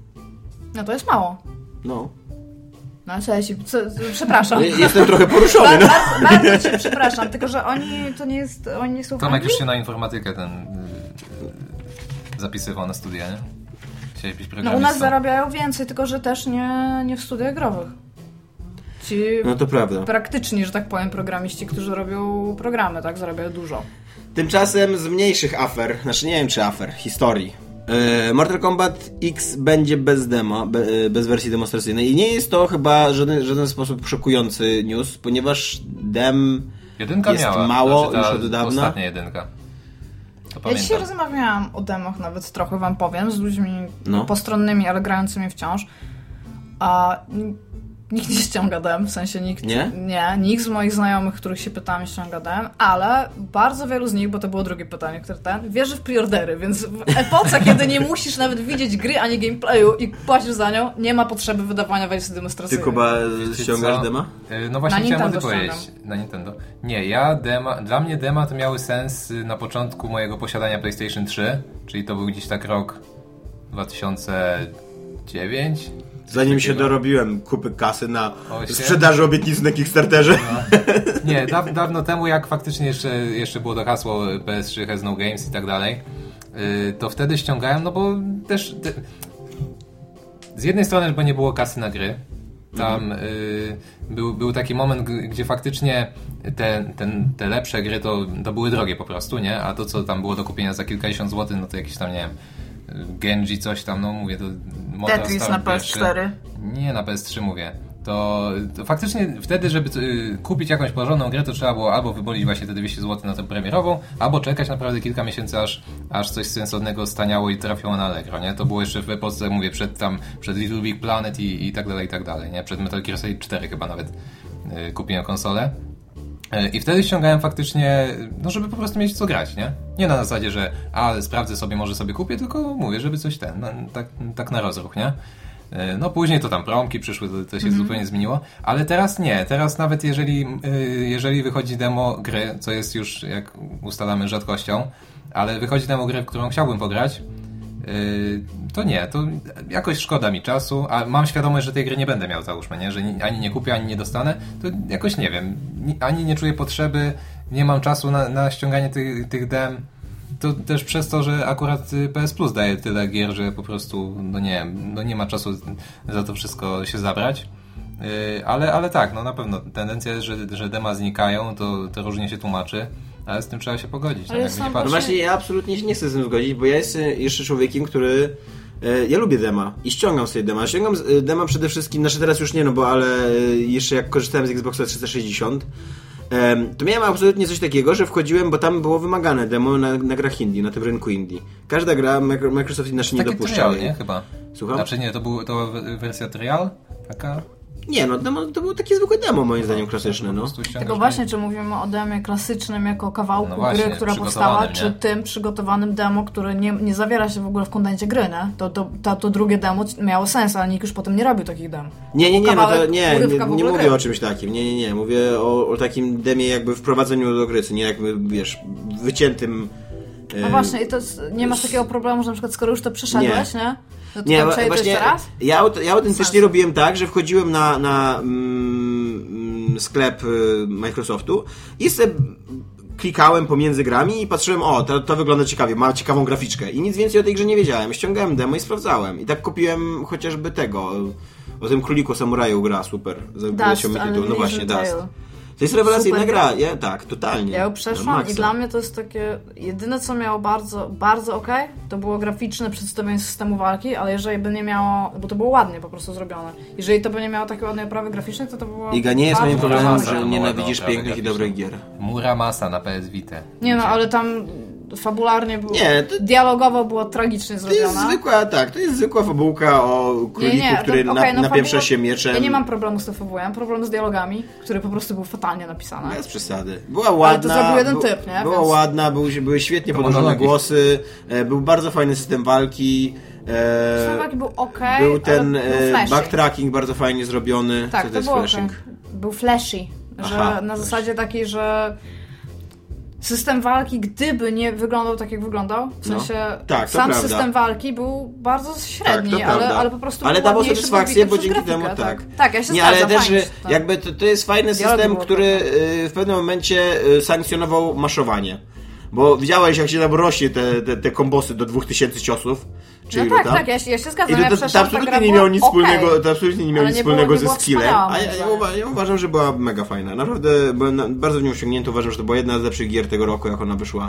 No to jest mało. No. No cześć, przepraszam. Jestem trochę poruszony, no. Bardzo cię przepraszam, tylko że oni nie są w Tomek Anglii? już się na informatykę zapisywał na studia, nie? Chciałeś być No programistą. u nas zarabiają więcej, tylko że też nie w studiach growych. Ci No to prawda. praktyczni, że tak powiem, programiści, którzy robią programy, tak, zarabiają dużo. Tymczasem z mniejszych afer, znaczy nie wiem czy afer, historii. Mortal Kombat X będzie bez demo, bez wersji demonstracyjnej i nie jest to chyba w żaden sposób szokujący news, ponieważ Jedynka jest miała, mało znaczy już od dawna. Ostatnia jedynka. To Ja pamiętam. dzisiaj rozmawiałam o demach nawet trochę, wam powiem, z ludźmi No. postronnymi, ale grającymi wciąż. A nikt nie ściąga dem, w sensie nikt... Nie? Nie, nikt z moich znajomych, których się pytałem, ściąga dem, ale bardzo wielu z nich, bo to było drugie pytanie, które wierzy w preordery, więc w epoce, kiedy nie musisz nawet widzieć gry ani gameplayu i płacisz za nią, nie ma potrzeby wydawania wersji Ty demonstracyjnej. Kuba Wiecie ściągasz co? dema? No właśnie Na chciałem o tym Nintendo powiedzieć. Na Nintendo. Nie, dla mnie dema to miały sens na początku mojego posiadania PlayStation 3, czyli to był gdzieś tak rok 2009. Zanim się dorobiłem kupy kasy na Osiem. sprzedaży obietnicy na Kickstarterze. Nie, dawno temu, jak faktycznie jeszcze było to hasło PS3 has no games i tak dalej, to wtedy ściągałem, no bo też z jednej strony, bo nie było kasy na gry. Tam był taki moment, gdzie faktycznie te lepsze gry to były drogie po prostu, nie? A to, co tam było do kupienia za kilkadziesiąt złotych, no to jakieś tam, nie wiem, Genji coś tam, no mówię, to... Tetris na PS4? Nie, na PS3 mówię. to faktycznie wtedy, żeby kupić jakąś porządną grę, to trzeba było albo wybolić właśnie te 200 zł na tę premierową, albo czekać naprawdę kilka miesięcy, aż coś sensownego staniało i trafiło na Allegro, nie? To było jeszcze w epoce, mówię, przed Little Big Planet i tak dalej, nie? Przed Metal Gear Solid 4 chyba nawet kupiłem konsolę. I wtedy ściągałem faktycznie, no żeby po prostu mieć co grać, nie? Nie na zasadzie, że sprawdzę sobie, może sobie kupię, tylko mówię, żeby coś tak na rozruch, nie? No później to tam promki przyszły, to się zupełnie zmieniło, ale teraz nie. Teraz nawet jeżeli wychodzi demo gry, co jest już, jak ustalamy, rzadkością, ale wychodzi demo gry, w którą chciałbym pograć, to nie, to jakoś szkoda mi czasu, a mam świadomość, że tej gry nie będę miał, załóżmy, nie? Że ani nie kupię, ani nie dostanę, to jakoś nie wiem, ani nie czuję potrzeby, nie mam czasu na ściąganie tych dem. To też przez to, że akurat PS Plus daje tyle gier, że po prostu nie ma czasu za to wszystko się zabrać. Ale tak, no na pewno tendencja jest, że dema znikają, to różnie się tłumaczy, ale z tym trzeba się pogodzić. Ale no właśnie ja absolutnie się nie chcę z tym zgodzić, bo ja jestem jeszcze człowiekiem, który ja lubię dema i ściągam sobie dema. Ściągam dema przede wszystkim, znaczy teraz już nie, no bo ale jeszcze jak korzystałem z Xboxa 360, to miałem absolutnie coś takiego, że wchodziłem, bo tam było wymagane demo na grach indie, na tym rynku indie. Każda gra Microsoft inaczej nie dopuszczał. Trial, nie? Chyba. Słucham? Znaczy nie, to była wersja trial? Taka? Nie, no to było takie zwykłe demo, moim zdaniem, klasyczne, no. Tylko właśnie, czy mówimy o demie klasycznym jako kawałku gry, która powstała, czy tym przygotowanym demo, które nie zawiera się w ogóle w kontencie gry, nie? To drugie demo miało sens, ale nikt już potem nie robił takich dem. Nie mówię o czymś takim, nie, mówię o takim demie jakby wprowadzeniu do gry, co nie jakby, wiesz, wyciętym... No właśnie, i to nie masz takiego problemu, że na przykład skoro już to przeszedłeś, nie? No to nie, właśnie jeszcze raz? Ja autentycznie robiłem tak, że wchodziłem na sklep Microsoftu i sobie klikałem pomiędzy grami i patrzyłem, to wygląda ciekawie, ma ciekawą graficzkę i nic więcej o tej grze nie wiedziałem. Ściągałem demo i sprawdzałem. I tak kupiłem chociażby tego, o tym Króliku Samuraju gra super. Dust, no właśnie, Dust. To jest rewelacyjna gra, tak, totalnie. Ja ją przeszłam i dla mnie to jest takie, jedyne co miało bardzo, bardzo okej, to było graficzne przedstawienie systemu walki, ale jeżeli by nie miało, bo to było ładnie po prostu zrobione, jeżeli to by nie miało takiej ładnej oprawy graficznej, to było... Iga, nie jest moim problemem, że nienawidzisz pięknych i dobrych gier. Muramasa na PS Vita. Nie no, ale tam fabularnie było, dialogowo było tragicznie zrobione. To jest zwykła fabułka o króliku, który napieprza się mieczem. Ja nie mam problemu z tą fabułą, mam problem z dialogami, które po prostu były fatalnie napisane. Bez przesady. Była ładna. Ale to zrobił jeden typ, nie? Była ładna, były świetnie podłożone głosy, był bardzo fajny system walki. System walki był okej, był ten backtracking bardzo fajnie zrobiony. Tak, co to jest było flashing? Był flashy, że na zasadzie takiej, że system walki, gdyby nie wyglądał tak, jak wyglądał, w sensie sam system walki był bardzo średni, ale po prostu ale dawał satysfakcję, bo dzięki temu tak, ja się nie, ale też jakby to jest fajny system, który w pewnym momencie sankcjonował maszowanie. Bo widziałeś, jak się tam rośnie te kombosy do 2000 ciosów. Czyli tak, ja się zgadzam. I to absolutnie nie miało nic wspólnego, to absolutnie nie miało nic wspólnego ze skillem. A ja uważam, że była mega fajna. Naprawdę byłem bardzo w nią osiągnięty. Uważam, że to była jedna z lepszych gier tego roku, jak ona wyszła.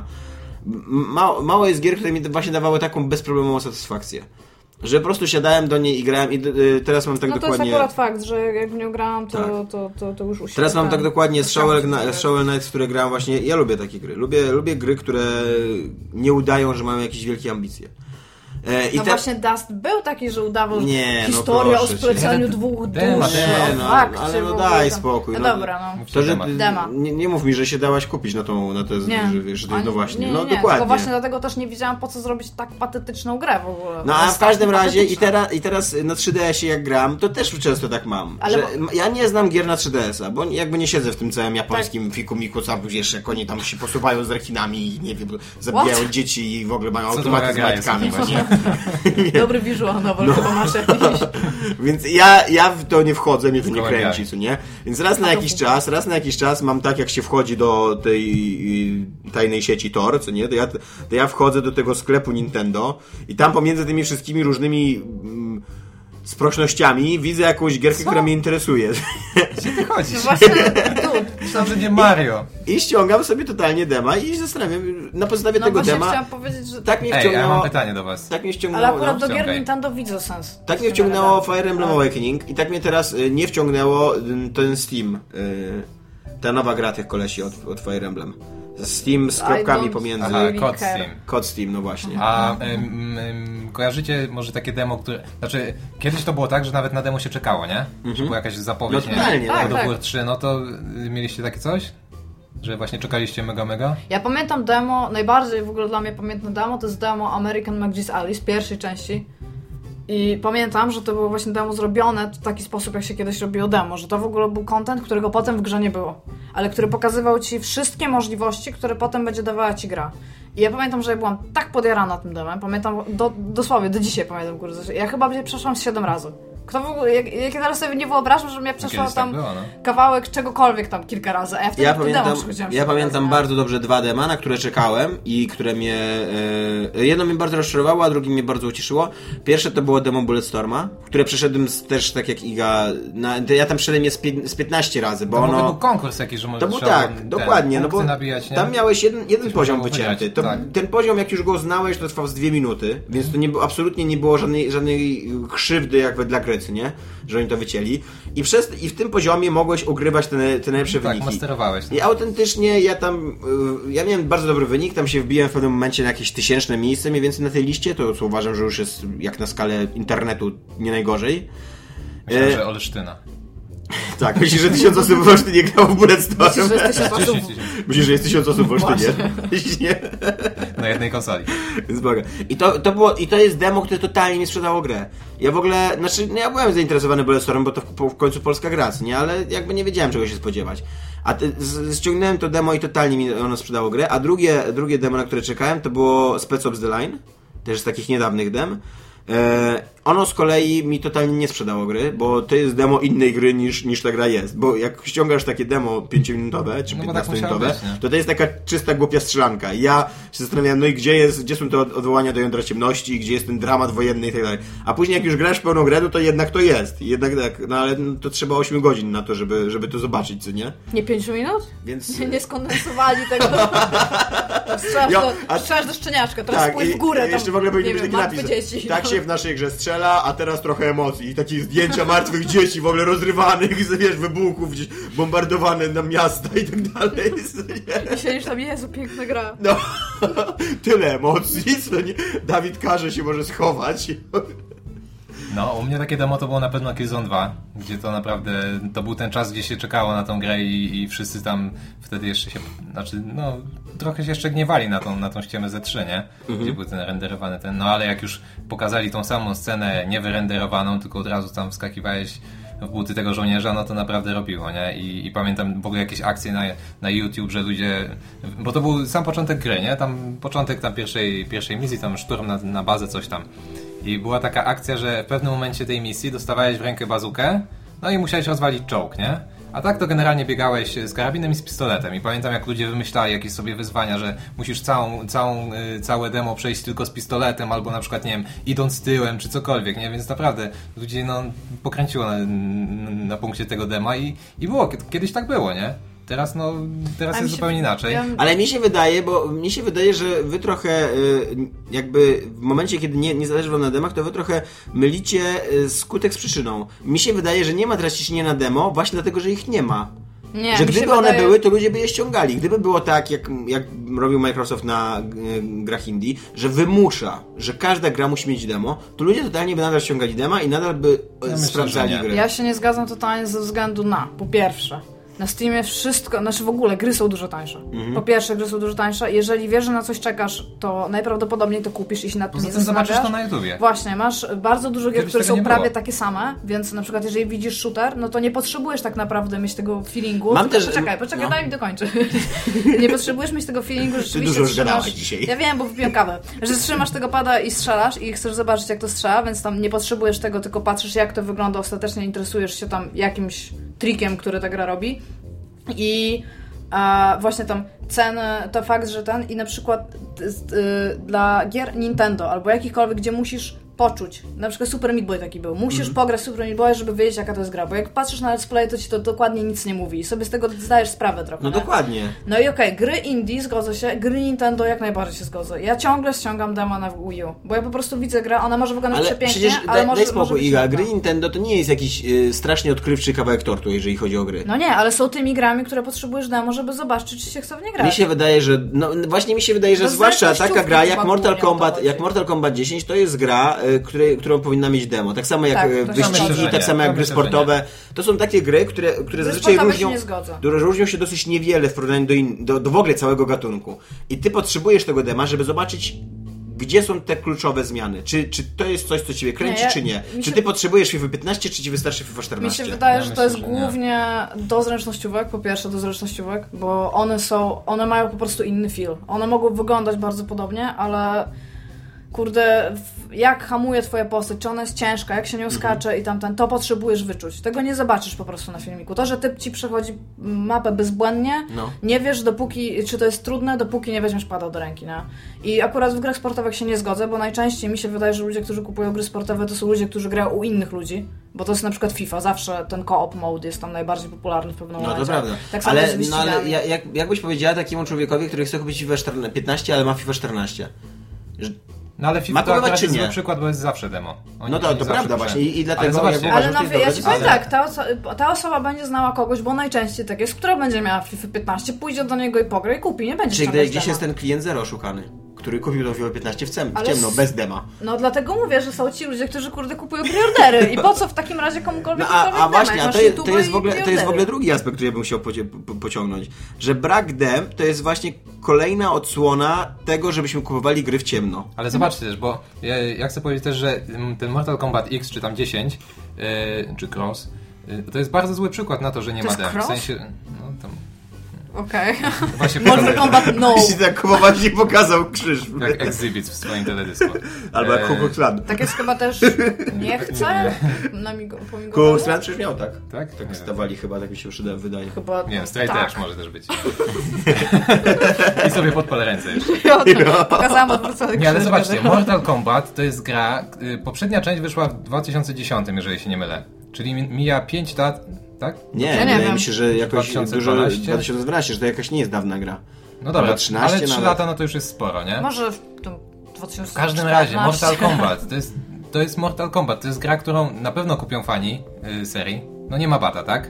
Mało jest gier, które mi właśnie dawały taką bezproblemową satysfakcję. Że po prostu siadałem do niej i grałem i teraz mam tak dokładnie... to jest akurat fakt, że jak w nią grałem, to już usiadłem. Teraz mam tak dokładnie z Shovel Knight, w które grałem właśnie... Ja lubię takie gry. Lubię gry, które nie udają, że mają jakieś wielkie ambicje. Właśnie Dust był taki, że udawał historię o spleceniu dwóch dusz. Ale daj spokój. Dobra. To, że nie mów mi, że się dałaś kupić na te że to jest właśnie. Dokładnie. Tylko właśnie dlatego też nie wiedziałam, po co zrobić tak patetyczną grę w ogóle. No a w każdym razie i teraz na 3DS-ie jak gram, to też często tak mam. Że ja nie znam gier na 3DS-a, bo jakby nie siedzę w tym całym japońskim fikumiku, co wiesz, jak oni tam się posuwają z rekinami i nie wiem, zabijają dzieci i w ogóle mają automaty z majtkami właśnie. Dobry visual novel, chyba masz jakiś. Więc ja w to nie wchodzę, mnie to nie kręci, co nie? Więc raz na jakiś czas mam tak, jak się wchodzi do tej tajnej sieci Tor, co nie? To ja wchodzę do tego sklepu Nintendo i tam pomiędzy tymi wszystkimi różnymi sprośnościami widzę jakąś gierkę, która mnie interesuje. Gdzie ty chodzisz? No właśnie, Dobrze, nie Mario. I ściągam sobie totalnie dema i zastanawiam, na podstawie tego dema... chciałam powiedzieć, że... Tak mnie Ej, wciągnęło... ja mam pytanie do was. Tak mnie wciągnęło... Ale akurat do gier ściągaj. Nintendo widzę sens. Tak mnie wciągnęło Fire Emblem Awakening i tak mnie teraz nie wciągnęło ten Steam. Ta nowa gra tych kolesi od Fire Emblem. Steam z kropkami pomiędzy. Aha, Code Steam. Code Steam, no właśnie. A kojarzycie może takie demo, które... Znaczy, kiedyś to było tak, że nawet na demo się czekało, nie? Że była jakaś zapowiedź, No totalnie, nie? tak. God of War 3, no to mieliście takie coś? Że właśnie czekaliście mega? Ja pamiętam demo, najbardziej w ogóle dla mnie pamiętne demo, to jest demo American Magic's Alice, pierwszej części. I pamiętam, że to było właśnie demo zrobione w taki sposób, jak się kiedyś robiło demo, że to w ogóle był content, którego potem w grze nie było, ale który pokazywał ci wszystkie możliwości, które potem będzie dawała ci gra. I ja pamiętam, że ja byłam tak podjarana tym demem, pamiętam, dosłownie, do dzisiaj pamiętam, kurde, ja chyba przeszłam 7 razy. Kto w ogóle, jak ja teraz sobie nie wyobrażam, żebym ja przeszła tam tak było, no. kawałek czegokolwiek tam kilka razy, a ja wtedy Ja pamiętam bardzo dobrze 2 dema, na które czekałem i które mnie... jedno mnie bardzo rozczarowało, a drugie mnie bardzo ucieszyło. Pierwsze to było demo Bulletstorma, które przeszedłem też tak jak Iga... ja tam przeszedłem je z 15 razy, bo to ono... był konkurs jakiś, że To był tak, dokładnie, no bo nabijać, nie? tam miałeś jeden poziom wycięty. Tak. Ten poziom, jak już go znałeś, to trwał z 2 minuty, więc to absolutnie nie było żadnej krzywdy jakby dla gry, nie? Że oni to wycięli. I w tym poziomie mogłeś ugrywać te najlepsze wyniki. Tak, masterowałeś. I autentycznie ja miałem bardzo dobry wynik, tam się wbiłem w pewnym momencie na jakieś 1000 miejsce mniej więcej na tej liście, to co uważam, że już jest jak na skalę internetu nie najgorzej. Myślałem, że Olsztyna. Tak, myślisz, że 1000 osób w Olsztynie grało w Bulletstorm? Myślisz, że jest 1000 osób? Myślisz, że jest 1000 osób w Olsztynie? Nie. Na jednej konsoli. Zboga. I to jest demo, które totalnie mi sprzedało grę. Ja w ogóle, ja byłem zainteresowany Bulletstormem, bo to w końcu polska gra, nie? Ale jakby nie wiedziałem, czego się spodziewać. A ściągnąłem to demo i totalnie mi ono sprzedało grę, a drugie demo, na które czekałem, to było Spec Ops The Line, też z takich niedawnych dem. Ono z kolei mi totalnie nie sprzedało gry, bo to jest demo innej gry niż ta gra jest. Bo jak ściągasz takie demo 5-minutowe czy 15-minutowe, to jest taka czysta głupia strzelanka. I ja się zastanawiałem, no i gdzie są te odwołania do jądra ciemności, gdzie jest ten dramat wojenny i tak dalej. A później jak już grasz pełną grę, no to jednak to jest. Jednak tak, no ale to trzeba 8 godzin na to, żeby to zobaczyć, co nie? Nie 5 minut? Więc... Nie skondensowali tego. Strzelasz do szczeniaczka, teraz spójrz w górę. Tam, jeszcze w ogóle powinien być taki napis. Dzieci, tak się w naszej grze strzela, a teraz trochę emocji. I takie zdjęcia martwych dzieci, w ogóle rozrywanych, wiesz, wybuchów, gdzieś bombardowane na miasta i tak dalej. I siedzisz tam, Jezu, piękna gra. No, tyle emocji, co nie? Dawid każe się może schować. No, u mnie takie demo to było na pewno Killzone 2, gdzie to naprawdę, to był ten czas, gdzie się czekało na tą grę i wszyscy tam wtedy jeszcze się, trochę się jeszcze gniewali na tą ściemę Z3, nie? Gdzie był ten renderowany no ale jak już pokazali tą samą scenę niewyrenderowaną, tylko od razu tam wskakiwałeś w buty tego żołnierza, no to naprawdę robiło, nie? I pamiętam w ogóle jakieś akcje na YouTube, że ludzie, bo to był sam początek gry, nie? Tam początek pierwszej misji, tam szturm na bazę, coś tam. I była taka akcja, że w pewnym momencie tej misji dostawałeś w rękę bazukę, no i musiałeś rozwalić czołg, nie? A tak to generalnie biegałeś z karabinem i z pistoletem. I pamiętam, jak ludzie wymyślali jakieś sobie wyzwania, że musisz całe demo przejść tylko z pistoletem, albo na przykład, nie wiem, idąc tyłem, czy cokolwiek, nie? Więc naprawdę ludzie, pokręciło na punkcie tego dema i było, kiedyś tak było, nie? Teraz jest zupełnie inaczej. Ale mi się wydaje, że wy trochę jakby w momencie, kiedy nie zależy wam na demach, to wy trochę mylicie skutek z przyczyną. Mi się wydaje, że nie ma teraz ciśnienia na demo właśnie dlatego, że ich nie ma. Nie, że gdyby one były, to ludzie by je ściągali. Gdyby było tak, jak robił Microsoft na grach indie, że wymusza, że każda gra musi mieć demo, to ludzie totalnie by nadal ściągali dema i nadal by sprawdzali grę. Ja się nie zgadzam totalnie ze względu na, po pierwsze, na Steamie wszystko, w ogóle gry są dużo tańsze. Po pierwsze, gry są dużo tańsze. Jeżeli wiesz, że na coś czekasz, to najprawdopodobniej to kupisz i się nad tym nie zastanawiasz. Zobaczysz to na YouTubie. Właśnie, masz bardzo dużo gier, które są prawie takie same, więc na przykład jeżeli widzisz shooter, no to nie potrzebujesz tak naprawdę mieć tego feelingu. Poczekaj, daj mi dokończyć. Nie potrzebujesz mieć tego feelingu, że rzeczywiście dużo już gadałeś dzisiaj. Ja wiem, bo wypiłem kawę. Że trzymasz tego pada i strzelasz i chcesz zobaczyć, jak to strzela, więc tam nie potrzebujesz tego, tylko patrzysz, jak to wygląda, ostatecznie interesujesz się tam jakimś trikiem, który ta gra robi. I właśnie tam ceny, to fakt, że i na przykład dla gier Nintendo albo jakichkolwiek, gdzie musisz poczuć. Na przykład Super Meat Boy taki był. Musisz pograć Super Meat Boy, żeby wiedzieć, jaka to jest gra. Bo jak patrzysz na let's play, to ci to dokładnie nic nie mówi. I sobie z tego zdajesz sprawę trochę. No nie? dokładnie. No i okej, gry indie, zgodzę się. Gry Nintendo jak najbardziej się zgodzę. Ja ciągle ściągam demo na Wii U. Bo ja po prostu widzę grę, ona może wyglądać Ale przepięknie, przecież ale może daj spokój, może być Iga, nudna. gry Nintendo to nie jest jakiś strasznie odkrywczy kawałek tortu, jeżeli chodzi o gry. No nie, ale są tymi grami, które potrzebujesz demo, żeby zobaczyć, czy się chce w nie grać. Mi się wydaje, że To zwłaszcza taka zależnościówki gra chyba jak Mortal Kombat 10 to jest gra, którą powinna mieć demo. Tak samo jak Tak, to się wyścigi, zgadza. tak samo jak To gry myślę, że sportowe. To są takie gry, które zazwyczaj sportowe się nie zgodzę. różnią się dosyć niewiele w porównaniu do w ogóle całego gatunku. I ty potrzebujesz tego dema, żeby zobaczyć, gdzie są te kluczowe zmiany. Czy to jest coś, co ciebie kręci, czy nie? Czy ty potrzebujesz FIFA 15, czy ci wystarczy FIFA 14? Mi się wydaje, że myślę, to jest że nie. głównie do zręcznościówek, po pierwsze do zręcznościówek, bo one mają po prostu inny feel. One mogą wyglądać bardzo podobnie, ale kurde, jak hamuje twoja postać, czy ona jest ciężka, jak się nią skacze i tamten, to potrzebujesz wyczuć. Tego nie zobaczysz po prostu na filmiku. To, że typ ci przechodzi mapę bezbłędnie, nie wiesz dopóki, czy to jest trudne, dopóki nie weźmiesz pada do ręki, nie? I akurat w grach sportowych się nie zgodzę, bo najczęściej mi się wydaje, że ludzie, którzy kupują gry sportowe, to są ludzie, którzy grają u innych ludzi, bo to jest na przykład FIFA. Zawsze ten co-op mode jest tam najbardziej popularny w pewnym momencie. No to prawda. Tak samo jest z wyścigami. ale jak byś powiedziała takiemu człowiekowi, który chce kupić FIFA 15, ale ma FIFA 14? No ale Ma FIFA to kupować, akurat czy jest nie? zły przykład, bo jest zawsze demo. No to prawda zawsze właśnie i dlatego Ale zobaczcie, ja Ale uważam, no że to jest ja ci dobre powiem rozwiązanie. tak, ta osoba będzie znała kogoś, bo najczęściej tak jest, która będzie miała FIFA 15, pójdzie do niego i pogra i kupi, nie będzie Czyli ściągać gdzieś dema. jest ten klient zero oszukany, który kupił tą FIFA 15 w Ale ciemno, bez dema. No dlatego mówię, że są ci ludzie, którzy kurde kupują preordery i po co w takim razie komukolwiek No, a właśnie, dema? a to jest w ogóle drugi aspekt, który ja bym chciał pociągnąć. Że brak dem to jest właśnie kolejna odsłona tego, żebyśmy kupowali gry w ciemno. Ale zobaczcie też, bo ja chcę powiedzieć też, że ten Mortal Kombat X czy tam 10 czy Cross to jest bardzo zły przykład na to, że nie To ma jest dem. W Cross? sensie, no tam Okej. właśnie Mortal Kombat no. Jeśli tak kupować nie pokazał krzyż. jak exhibit w swoim teledysku. Albo jak Ku Klux Klan. Tak jest chyba też nie chcę. Ku Klux Klan przecież miał tak. Tak? To nie Stawali chyba, tak mi się wydaje. Chyba Nie wiem, Straight tak. Edge może też być. I sobie podpalę ręce jeszcze. Pokazałam odwrócony Nie, ale krzyż, zobaczcie, będę- Mortal Kombat to jest gra, poprzednia część wyszła w 2010, jeżeli się nie mylę. Czyli mija 5 lat, tak? Nie, Ja nie wydaje wiem. mi się, że jakoś 2012? dużo 2012, że to jakaś nie jest dawna gra. No dobra, Albo 13 ale 3 nawet. lata no to już jest sporo, nie? Może w tym 2014. W każdym razie, Mortal Kombat, to jest Mortal Kombat, to jest gra, którą na pewno kupią fani serii. No nie ma bata, tak?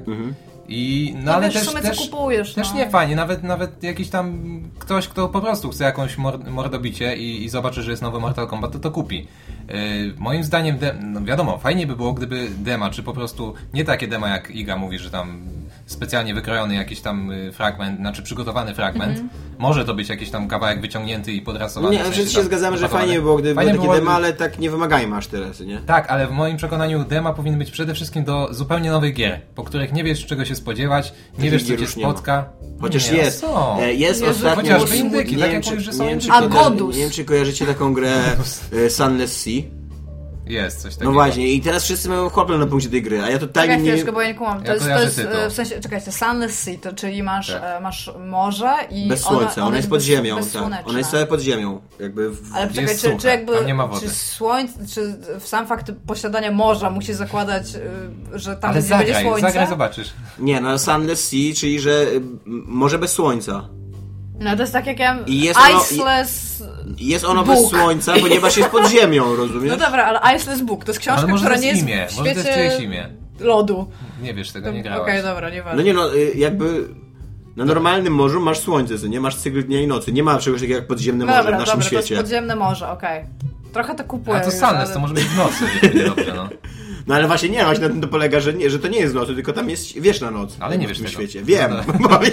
I, no ale wiesz, w też, sumie co kupujesz, też no. nie fani, nawet jakiś tam ktoś, kto po prostu chce jakąś mordobicie i zobaczy, że jest nowy Mortal Kombat, to kupi. Moim zdaniem, no wiadomo, fajnie by było, gdyby dema, czy po prostu nie takie dema, jak Iga mówi, że tam specjalnie wykrojony jakiś tam fragment, znaczy przygotowany fragment. Może to być jakiś tam kawałek wyciągnięty i podrasowany. Nie, w sensie wszyscy się tam zgadzamy, że dopasowany. fajnie by było, gdyby Fajnie były takie było, dema, ale tak nie wymagajmy aż tyle, nie? Tak, ale w moim przekonaniu dema powinny być przede wszystkim do zupełnie nowych gier, po których nie wiesz, czego się spodziewać, nie wiesz, co gier cię już nie ma. spotka. Chociaż Nie, jest. są. Jest Jezu, ostatnio... chociażby indyki, nie tak wiem, jak czy- mówisz, że są nie wiem, czy indyki. Godus. nie wiem, czy kojarzycie taką grę Sunless Sea. Jest coś takiego. No właśnie, i teraz wszyscy mają chłople na punkcie tej gry, a ja totalnie Czekaj nie... chwileczkę, bo ja nie kumam. Ja To jest kojarzę w tytuł. sensie, czekajcie, Sunless Sea, to czyli masz, Tak. masz morze i Bez słońca, ona jest pod ziemią, tak. bezsłoneczna. Ona jest całe pod ziemią. Jakby Ale czekaj, Jest czy sucha, jakby, tam nie ma wody. czy słońce, czy w sam fakt posiadania morza musi zakładać, że tam Ale gdzie będzie słońce? zagraj, zobaczysz. Nie, no Sunless Sea, czyli że może bez słońca. No to jest tak jak ja... I jest ono- Iceless... Jest ono Bóg. bez słońca, ponieważ jest pod ziemią, rozumiesz? No dobra, ale Iceless Book to jest książka, Ale może to która nie jest jest imię, w może to jest świecie czyjeś imię. lodu. Nie wiesz tego, nie grałeś. Okej, dobra, nieważne. No nie no, jakby na normalnym morzu masz słońce, co nie? Masz cykl dnia i nocy. Nie ma czegoś takiego jak podziemne morze Dobra, w naszym to jest świecie. podziemne morze, okej. Trochę to kupuję A to już, Sunless, ale- to może być w nocy, jak będzie dobrze, no. No ale właśnie nie, właśnie na tym to polega, że to nie jest w nocy, tylko tam jest wieczna noc. Ale nie w wiesz tym tego. świecie. Wiem, No bo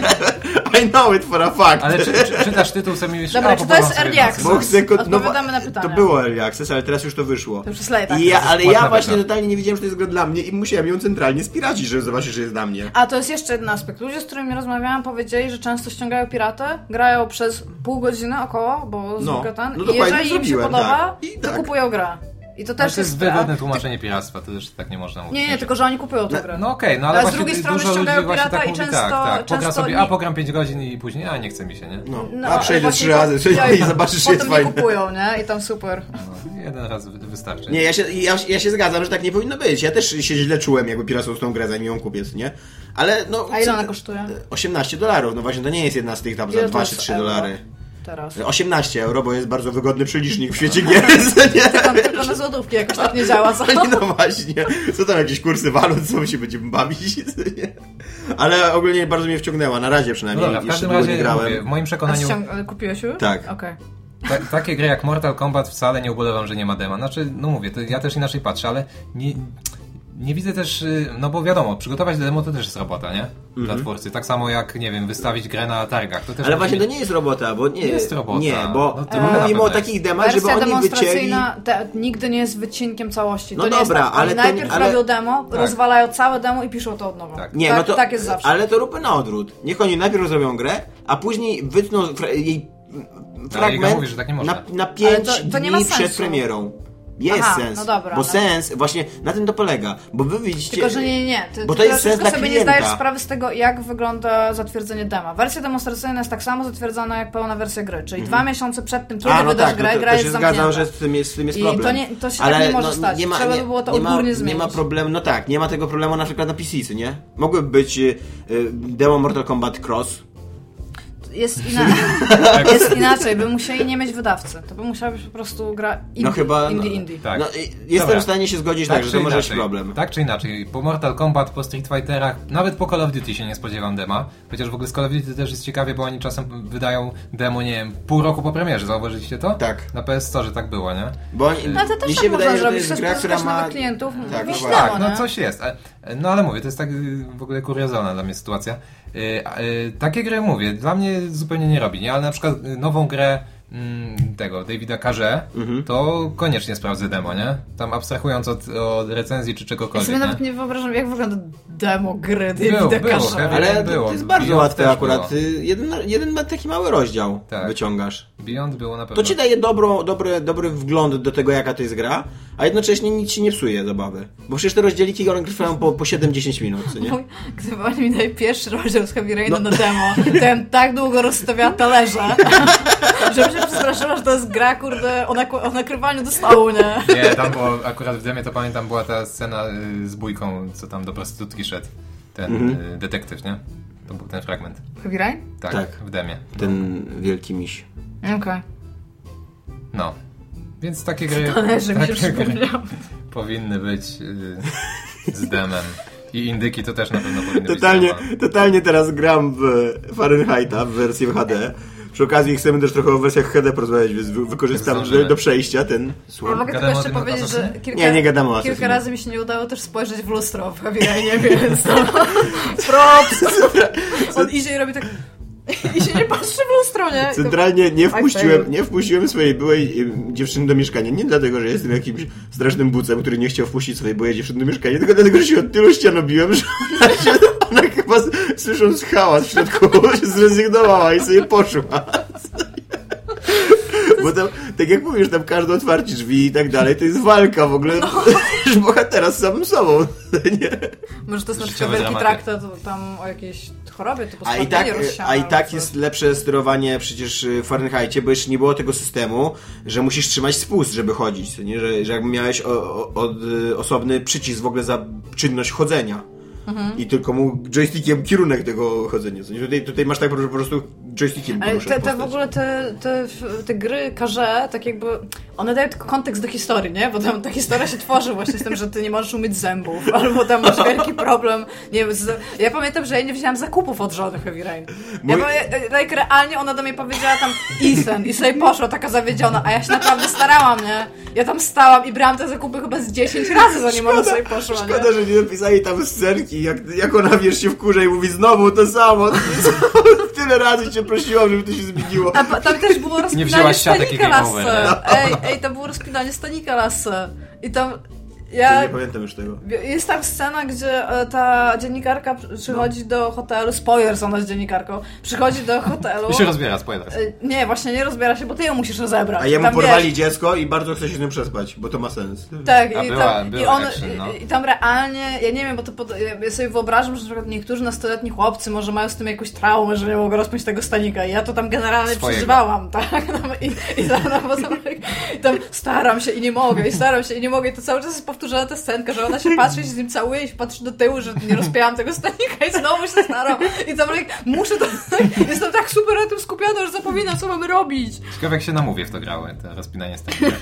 I know it for a fact. Ale czytasz tytuł, sobie myślisz, Dobra, czy to jest Early Access? Bo chcę Odpowiadamy na pytania. To było Early Access, ale teraz już to wyszło. To już jest late I access. ale Płatna ja właśnie beta. totalnie nie wiedziałem, że to jest gra dla mnie i musiałem ją centralnie spiracić, żeby zobaczyć, że jest dla mnie. A to jest jeszcze jeden aspekt. Ludzie, z którymi rozmawiałam, powiedzieli, że często ściągają piratę, grają przez pół godziny około, bo zwykle ten. no I dokładnie jeżeli im się zrobiłem, podoba, tak. I to tak. kupują grę. I to To też jest wygodne tłumaczenie piractwa, to też tak nie można mówić. Nie, tylko że oni kupują tę grę. No okej, no ale Ale z właśnie drugiej strony dużo ludzi ściągają właśnie pirata tak i mówi, często- tak. Pogra często sobie, nie- pogram 5 godzin i później, nie chce mi się, nie? No, No, a ale przejdę właśnie 3 razy ja i zobaczysz, że jest potem nie fajne. kupują, nie? I tam super. No, jeden raz wystarczy. Nie, ja się zgadzam, że tak nie powinno być. Ja też się źle czułem, jakby Piracą z tą grę, zanim ją kupię, nie? Ale no... A ile ona kosztuje? $18. No właśnie, to nie jest jedna z tych tam za 2 czy 3 dolary. Teraz. 18 euro, bo jest bardzo wygodny przelicznik w świecie gier. Tylko na złotówki jakoś tak nie działa. Co? No właśnie. Co tam, jakieś kursy walut, co się będziemy bawić? Nie? Ale ogólnie bardzo mnie wciągnęła, na razie przynajmniej. No dobra, w każdym razie grałem. mówię, w moim przekonaniu... Kupiłeś już? Tak. Okej. Takie gry jak Mortal Kombat wcale nie ubolewam, że nie ma dema. Znaczy, no mówię, to ja też inaczej patrzę, ale nie widzę też, no bo wiadomo, przygotować demo to też jest robota, nie? Dla twórcy. Tak samo jak, nie wiem, wystawić grę na targach. To też ale właśnie to nie jest robota, bo nie jest robota. Nie, bo no to mówimy o takich demach, żeby wersja oni wycięli... demonstracyjna nigdy nie jest wycinkiem całości. No to nie dobra, jest tak. ale Oni to najpierw ale... robią demo, Tak. rozwalają całe demo i piszą to od nowa. Tak. Nie, tak, no to, tak jest zawsze. Ale to róbmy na odwrót. Niech oni najpierw zrobią grę, a później wytną jej fragment mówisz, że tak nie można. na 5 to nie ma dni przed sensu. premierą. Jest sens, no dobra, bo no. sens, właśnie na tym to polega, bo wy widzicie... Tylko, że nie. Bo to jest sens dla sobie klienta. nie zdajesz sprawy z tego, jak wygląda zatwierdzenie dema. Wersja demonstracyjna jest tak samo zatwierdzana jak pełna wersja gry, czyli 2 miesiące przed tym, kiedy wydasz grę, gra jest zamknięta. Zgadzam, że z tym jest problem. I to się tak nie może stać. Trzeba by było to odgórnie zmienić. Nie ma problemu, no tak, nie ma tego problemu na przykład na PC, nie? Mogłyby być demo Mortal Kombat Cross. Jest inaczej. Jest inaczej, by musieli nie mieć wydawcy. To by musiała być po prostu gra indie. No chyba... Indie. Tak. No, jestem w stanie się zgodzić tak, że to może być problem. Tak czy inaczej, po Mortal Kombat, po Street Fighterach, nawet po Call of Duty się nie spodziewam dema. Chociaż w ogóle z Call of Duty też jest ciekawie, bo oni czasem wydają demo, nie wiem, pół roku po premierze. Zauważyliście to? Tak. Na PS Store, że tak było, nie? Bo No to też mi tak się można wydaje, że to zrobić. jest Chcesz gra, która pozyskać ma... nowych klientów, Tak, wyjść no demo, Tak, no nie? coś jest. No ale mówię, to jest tak w ogóle kuriozalna dla mnie sytuacja. Takie gry, mówię, dla mnie zupełnie nie robi, nie? Ale na przykład nową grę tego Davida Carze, to koniecznie sprawdzę demo, nie? Tam abstrahując od recenzji czy Ja czegokolwiek, sobie nawet nie wyobrażam, jak wygląda demo gry Davida Carza. Ale było. to jest bardzo Beyond łatwe też akurat. było. Jeden taki mały rozdział Tak. wyciągasz. Beyond było na pewno. To ci daje dobry wgląd do tego, jaka to jest gra, a jednocześnie nic ci nie psuje zabawy. Bo przecież te rozdzieliki one trwają po 7-10 minut, co nie? Gdyby oni mi dali pierwszy rozdział z Heavy Raina na demo, to ja bym tak długo rozstawiała talerze, żebym się przestraszyła, że to jest gra, kurde, o nakrywaniu do stołu, nie? Nie, tam było, akurat w demie to pamiętam, była ta scena z bójką, co tam do prostytutki szedł. Ten detektyw, nie? To był ten fragment. Heavy Rain? Tak, w demie. Ten wielki miś. Okej. No. Więc takie gry, Talerze mi się takie gry przypomniało. powinny być z demem. I indyki to też na pewno powinny być Totalnie teraz gram w Fahrenheita w wersji w HD. Przy okazji chcemy też trochę o wersjach HD porozmawiać, więc wykorzystam do przejścia ten słuch. Ja mogę tylko Gadamy o jeszcze tym powiedzieć, że nie gadamy o kilka Assassinie. razy mi się nie udało też spojrzeć w lustro w Heavy Rainie, więc no, props! On idzie i robi tak... I się nie patrzy w lustro, nie? Centralnie nie wpuściłem swojej byłej dziewczyny do mieszkania. Nie dlatego, że jestem jakimś strasznym bucem, który nie chciał wpuścić swojej byłej dziewczyny do mieszkania, tylko dlatego, że się od tylu ścian obiłem, że ona chyba słysząc hałas w środku się zrezygnowała i sobie poszła. Bo tam, tak jak mówisz, tam każde otwarcie drzwi i tak dalej, to jest walka w ogóle bohatera z samym sobą. Nie? Może to jest na przykład Życiowe wielki dramaty. traktat tam o jakiejś chorobie typu A i tak jest lepsze sterowanie przecież w Fahrenheitie, bo jeszcze nie było tego systemu, że musisz trzymać spust, żeby chodzić, co nie? Że jakby miałeś osobny przycisk w ogóle za czynność chodzenia. I tylko mu joystickiem kierunek tego chodzenia. Co nie? Tutaj masz tak po prostu joystickiem. Ale w ogóle te gry karze, tak jakby, one dają tylko kontekst do historii, nie? Bo tam ta historia się tworzy właśnie z tym, że ty nie możesz umyć zębów, albo tam masz wielki problem. Nie wiem, ja pamiętam, że ja nie wzięłam zakupów od żony Heavy Rain. Realnie ona do mnie powiedziała tam Ethan i sobie poszła taka zawiedziona, a ja się naprawdę starałam, nie? Ja tam stałam i brałam te zakupy chyba z 10 razy, zanim ona sobie poszła, nie? Szkoda, że nie napisali tam scenki, jak ona, wiesz, się wkurza i mówi znowu to samo. Tyle razy cię prosiłam, żeby to się zmieniło. A tam też było rozpinanie wzięłaś siatek stanika i game over, lasę. Ej, to było rozpinanie stanika lasę. I tam Nie pamiętam już tego. Jest tam scena, gdzie ta dziennikarka przychodzi do hotelu, spoilers, ona jest dziennikarką, przychodzi do hotelu. I się rozbiera, spoilers. Nie, właśnie nie rozbiera się, bo ty ją musisz rozebrać. A jemu porwali dziecko i bardzo chce się z nim przespać, bo to ma sens. Tak, była action, i tam realnie, ja nie wiem, bo ja sobie wyobrażam, że na przykład niektórzy nastoletni chłopcy może mają z tym jakąś traumę, że nie mogą rozpiąć tego stanika i ja to tam generalnie przeżywałam, tak? I tam staram się i nie mogę, i to cały czas jest powtórzona ta scenka, że ona się patrzy i się z nim całuje i się patrzy do tyłu, że nie rozpięłam tego stanika i znowu się staram i tam muszę to, jestem tak super na tym skupiona, że zapominam, co mamy robić. Ciekawe, jak się namówię w to grało, to rozpinanie stanika.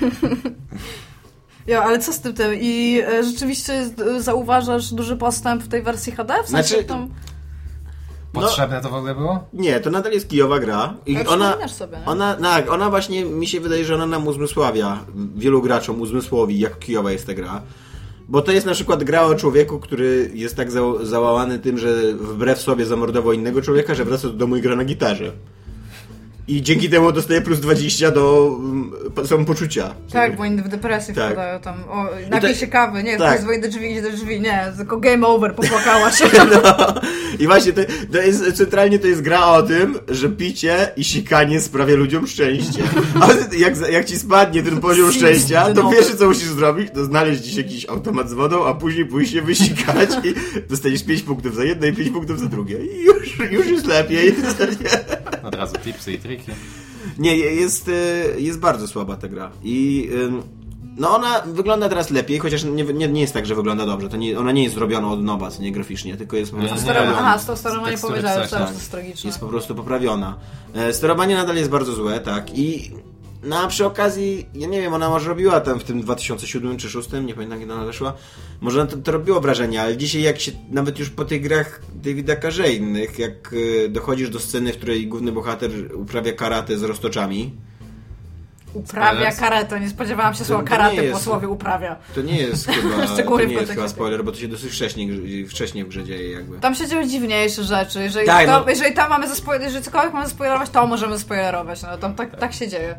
Ja, ale co z tym? I rzeczywiście zauważasz duży postęp w tej wersji HD? W sensie tam... Potrzebne to w ogóle było? Nie, to nadal jest kijowa gra. I sobie, ona właśnie, mi się wydaje, że ona nam uzmysławia, wielu graczom uzmysłowi, jak kijowa jest ta gra. Bo to jest na przykład gra o człowieku, który jest tak załamany tym, że wbrew sobie zamordował innego człowieka, że wraca do domu i gra na gitarze. I dzięki temu dostaje plus 20 do samopoczucia. Tak, bo oni w depresji wpadają tam. Napij się kawy, nie, tak. Dzwoni do drzwi, idzie do drzwi, nie, tylko game over, popłakała się. No. I właśnie to jest, centralnie to jest gra o tym, że picie i sikanie sprawia ludziom szczęście. A jak ci spadnie ten poziom szczęścia, to pierwsze co musisz zrobić, to znaleźć gdzieś jakiś automat z wodą, a później pójść się wysikać i dostaniesz 5 punktów za jedno i 5 punktów za drugie. I już jest lepiej. Od razu tipsy i triki. Nie, jest bardzo słaba ta gra. I no ona wygląda teraz lepiej, chociaż nie jest tak, że wygląda dobrze. Ona nie jest zrobiona od nowa, nie graficznie, tylko jest po prostu poprawiona. Z tą sterowanie powiedziałem, że to jest tragiczne. Jest po prostu poprawiona. Sterowanie nadal jest bardzo złe, tak. I a przy okazji, ja nie wiem, ona może robiła tam w tym 2007 czy 2006, nie pamiętam kiedy ona weszła, może to robiło wrażenie, ale dzisiaj jak się, nawet już po tych grach Davida Carze innych, jak dochodzisz do sceny, w której główny bohater uprawia karate z roztoczami. Uprawia karate, nie spodziewałam się słowa karate po słowie uprawia. To nie jest chyba spoiler, bo to się dosyć wcześniej w grze dzieje jakby. Tam się dzieją dziwniejsze rzeczy, jeżeli tam mamy jeżeli cokolwiek mamy zaspoilerować, to możemy spoilerować, no tam tak się dzieje.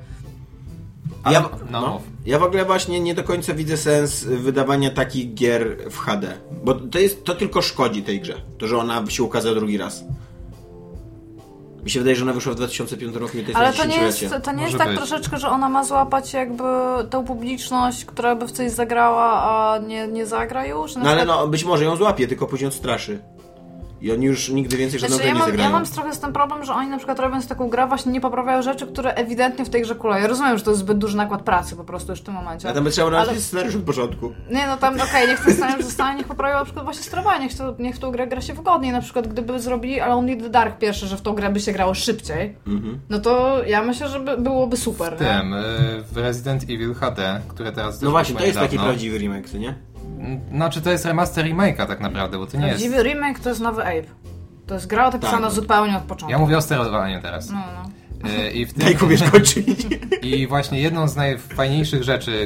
Ja w ogóle właśnie nie do końca widzę sens wydawania takich gier w HD, bo to tylko szkodzi tej grze, to, że ona się ukazała drugi raz. Mi się wydaje, że ona wyszła w 2005 roku i to jest ale to nie jest tak troszeczkę, że ona ma złapać jakby tą publiczność, która by w coś zagrała, a nie zagra już? No ale być może ją złapie, tylko później odstraszy. I oni już nigdy więcej żadną grę nie zagrają. Ja mam trochę z tym problem, że oni na przykład robiąc taką grę właśnie nie poprawiają rzeczy, które ewidentnie w tej grze kuleją. Ja rozumiem, że to jest zbyt duży nakład pracy po prostu już w tym momencie. A tam by trzeba napisać scenariusz od początku. Nie, no tam niech ten scenariusz zostanie, niech poprawią na przykład właśnie sterowanie, niech w tą grę gra się wygodniej. Na przykład gdyby zrobili Alone in the Dark pierwsze, że w tą grę by się grało szybciej, no to ja myślę, że byłoby super. W Resident Evil HD, które teraz... No właśnie, to jest taki prawdziwy remake, nie? Znaczy to jest remaster remake'a tak naprawdę, bo to nie jest... Prawdziwy remake to jest nowy Ape. To jest gra opisana zupełnie od początku. Ja mówię o sterowaniu teraz. No. I w tym... Daj Kubie skończyć. I właśnie jedną z najfajniejszych rzeczy,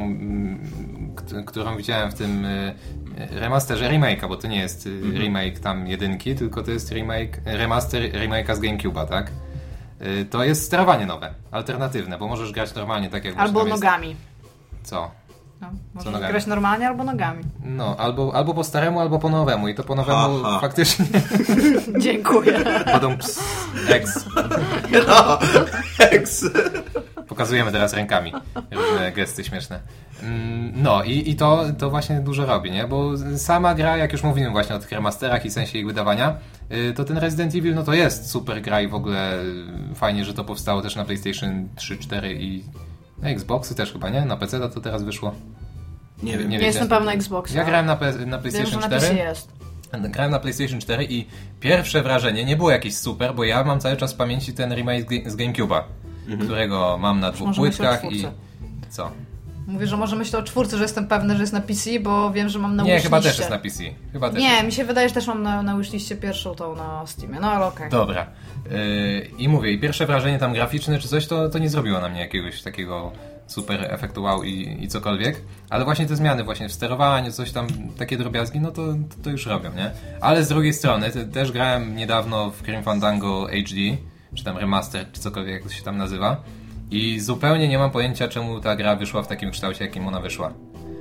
którą widziałem w tym remasterze remake'a, bo to nie jest remake tam jedynki, tylko to jest remaster remake'a z GameCube'a, tak? To jest sterowanie nowe, alternatywne, bo możesz grać normalnie tak jak... Albo nogami. Co? No, możesz grać normalnie albo nogami. No, albo po staremu, albo po nowemu. I to po nowemu faktycznie... Dziękuję. X. No, X. Pokazujemy teraz rękami. Różne gesty śmieszne. No i to właśnie dużo robi, nie? Bo sama gra, jak już mówiłem właśnie o tych remasterach i sensie ich wydawania, to ten Resident Evil, no to jest super gra i w ogóle fajnie, że to powstało też na PlayStation 3, 4 i na Xboxy też chyba, nie? Na PC to teraz wyszło. Nie wiem. Nie jestem pewna Xboxa. Ja grałem na PlayStation 4. PC jest. Grałem na PlayStation 4 i pierwsze wrażenie nie było jakieś super, bo ja mam cały czas w pamięci ten remake z GameCube'a, którego mam na 2 płytkach i... Co? Mówię, że może myślę o 4, że jestem pewny, że jest na PC, bo wiem, że mam na wishliście. Nie, chyba też jest na PC. Mi się wydaje, że też mam na wishliście pierwszą tą na Steamie, no ale okej. Dobra. I mówię, i pierwsze wrażenie tam graficzne czy coś, to nie zrobiło na mnie jakiegoś takiego super efektu wow i cokolwiek, ale właśnie te zmiany właśnie w sterowaniu, coś tam, takie drobiazgi, no to już robią, nie? Ale z drugiej strony, też grałem niedawno w Grim Fandango HD, czy tam remaster, czy cokolwiek, jak to się tam nazywa, i zupełnie nie mam pojęcia, czemu ta gra wyszła w takim kształcie, jakim ona wyszła.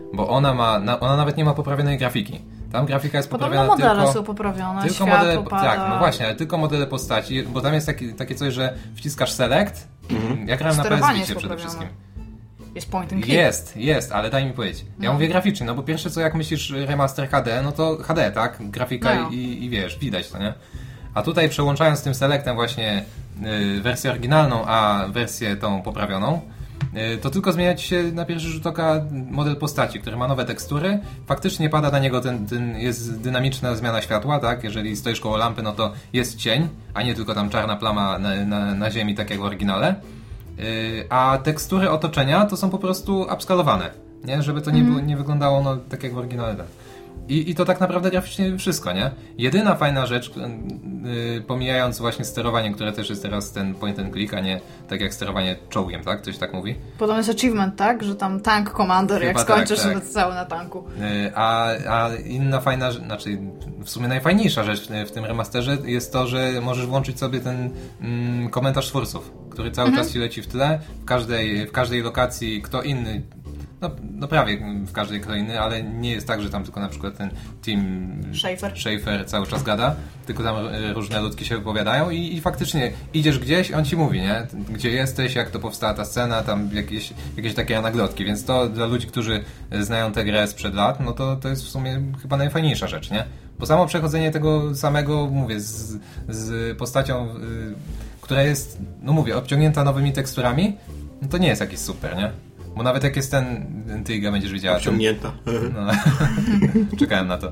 bo ona nawet nie ma poprawionej grafiki. Tam grafika jest poprawiona modele tylko... są poprawione, tylko światło modele, pada. tak, no właśnie, ale tylko modele postaci, bo tam jest takie coś, że wciskasz select. Ja grałem na Sterowanie PS jest przede poprawione. wszystkim. Jest point and click. Jest, ale daj mi powiedzieć. Ja mówię graficznie, no bo pierwsze co, jak myślisz remaster HD, no to HD, tak? Grafika No. i wiesz, widać to, nie? A tutaj przełączając tym selectem właśnie wersję oryginalną, a wersję tą poprawioną, to tylko zmienia ci się na pierwszy rzut oka model postaci, który ma nowe tekstury. Faktycznie pada na niego jest dynamiczna zmiana światła, tak? Jeżeli stoisz koło lampy, no to jest cień, a nie tylko tam czarna plama na ziemi, tak jak w oryginale. A tekstury otoczenia to są po prostu upskalowane, nie? Żeby to nie wyglądało no, tak jak w oryginale. I to tak naprawdę graficznie wszystko, nie? Jedyna fajna rzecz, pomijając właśnie sterowanie, które też jest teraz ten point and click, a nie tak jak sterowanie czołgiem, tak? Ktoś tak mówi? Podobno jest achievement, tak? Że tam tank commander, Chyba jak skończysz tak. cały na tanku. A inna fajna rzecz, znaczy w sumie najfajniejsza rzecz w tym remasterze jest to, że możesz włączyć sobie ten komentarz twórców, który cały czas ci leci w tle, w każdej lokacji kto inny. No prawie w każdej kto inny, ale nie jest tak, że tam tylko na przykład ten Tim Schafer cały czas gada, tylko tam różne ludki się wypowiadają i faktycznie idziesz gdzieś, on ci mówi, nie? Gdzie jesteś, jak to powstała ta scena, tam jakieś takie anegdotki, więc to dla ludzi, którzy znają tę grę sprzed lat, no to jest w sumie chyba najfajniejsza rzecz, nie? Bo samo przechodzenie tego samego, mówię, z postacią, która jest, no mówię, obciągnięta nowymi teksturami, no to nie jest jakiś super, nie? Bo nawet jak jest ty Iga będziesz widziała. Obciągnięta. No, czekałem na to.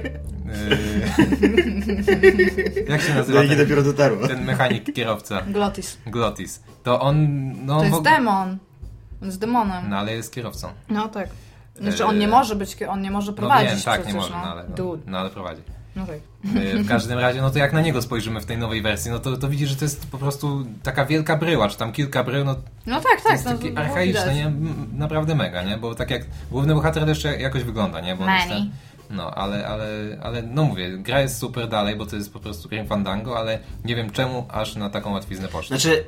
Jak się nazywa dopiero dotarło. ten mechanik, kierowca? Glotis. To on... No, to jest demon. On jest demonem. No ale jest kierowcą. No tak. Znaczy on nie może prowadzić. No wiem, tak, przecież, nie może, no ale prowadzi. No tak. W każdym razie, no to jak na niego spojrzymy w tej nowej wersji, no to widzisz, że to jest po prostu taka wielka bryła, czy tam kilka brył, no tak. To jest taki archaiczny, nie? Naprawdę mega, nie? Bo tak jak główny bohater jeszcze jakoś wygląda, nie? Bo no, ale no mówię, gra jest super dalej, bo to jest po prostu Grim Fandango, ale nie wiem czemu aż na taką łatwiznę poszło. Znaczy...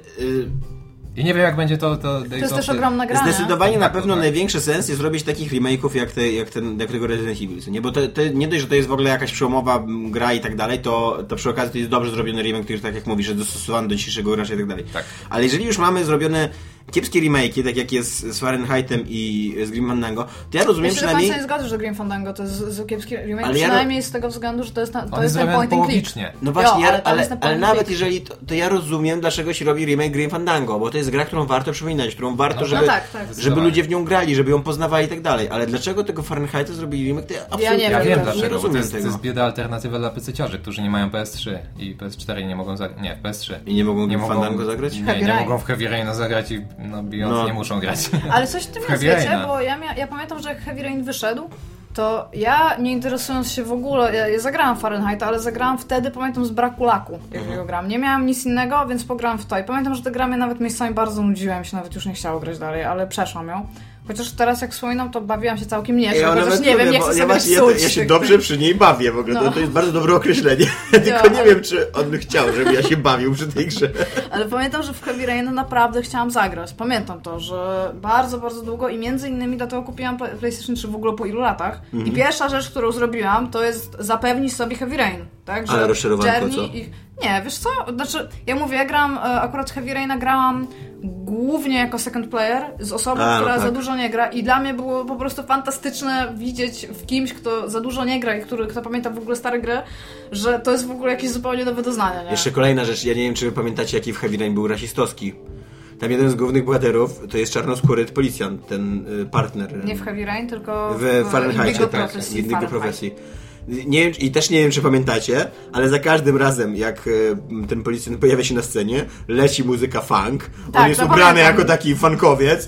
I nie wiem jak będzie to jest też ogromna gra. Zdecydowanie na pewno największy sens jest robić takich remake'ów jak tego Resident Evil, nie? Bo to nie dość, że to jest w ogóle jakaś przełomowa gra i tak dalej, to przy okazji to jest dobrze zrobiony remake, który tak jak mówisz, jest dostosowany do dzisiejszego gracza i tak dalej. Tak. Ale jeżeli już mamy zrobione kiepskie remake'i, tak jak jest z Fahrenheitem i z Grim Fandango, to ja rozumiem przynajmniej... Ja się do końca nie zgodzę, że Grim Fandango to jest kiepski remake, ale przynajmniej z tego względu, że to jest ten point and click. No właśnie, ale nawet jeżeli to ja rozumiem, dlaczego się robi remake Grim Fandango, bo to jest gra, którą warto przypominać, którą warto, żeby ludzie w nią grali, żeby ją poznawali i tak dalej. Ale dlaczego tego Fahrenheita zrobili remake, to ja absolutnie ja wiem dlaczego, nie rozumiem bo to jest bieda alternatywa dla PC-ciarzy, którzy nie mają PS3 i PS4 nie mogą zagrać. Nie, w PS3. I nie mogą w Fandango zagrać? Nie mogą w Heavy Raina zagrać i Beyond nie muszą grać. Ale coś w tym jest, wiecie, bo ja pamiętam, że jak Heavy Rain wyszedł, to ja, nie interesując się w ogóle, ja zagrałam Fahrenheita, ale zagrałam wtedy, pamiętam, z braku laku, jak go gram. Nie miałam nic innego, więc pograłam w to. I pamiętam, że te gra mnie nawet miejscami bardzo nudziłem, się nawet już nie chciało grać dalej, ale przeszłam ją. Chociaż teraz jak wspominam, to bawiłam się całkiem nieźle, chociaż nie wiem, nie chcę sobie psuć. Ja się dobrze przy niej bawię w ogóle, to jest bardzo dobre określenie. Tylko nie wiem, czy on chciał, żebym ja się bawił przy tej grze. Ale pamiętam, że w Heavy Rain naprawdę chciałam zagrać. Pamiętam to, że bardzo, bardzo długo i między innymi dlatego kupiłam PlayStation 3 w ogóle po ilu latach. I pierwsza rzecz, którą zrobiłam, to jest zapewnić sobie Heavy Rain. Tak? Że ale rozczarowanko co? Nie, wiesz co? Znaczy, ja mówię, ja grałam, akurat Heavy Raina grałam głównie jako second player z osobą, która za dużo nie gra i dla mnie było po prostu fantastyczne widzieć w kimś, kto za dużo nie gra i kto pamięta w ogóle stare gry, że to jest w ogóle jakieś zupełnie nowe doznanie, nie? Jeszcze kolejna rzecz, ja nie wiem, czy wy pamiętacie, jaki w Heavy Rain był rasistowski. Tam jeden z głównych bohaterów to jest czarnoskóry policjant, ten partner. Nie w Heavy Rain, tylko w Fahrenheitie, Indigo Profesji. Nie wiem, i też nie wiem, czy pamiętacie, ale za każdym razem, jak ten policjant pojawia się na scenie, leci muzyka funk, on jest ubrany jako taki funkowiec.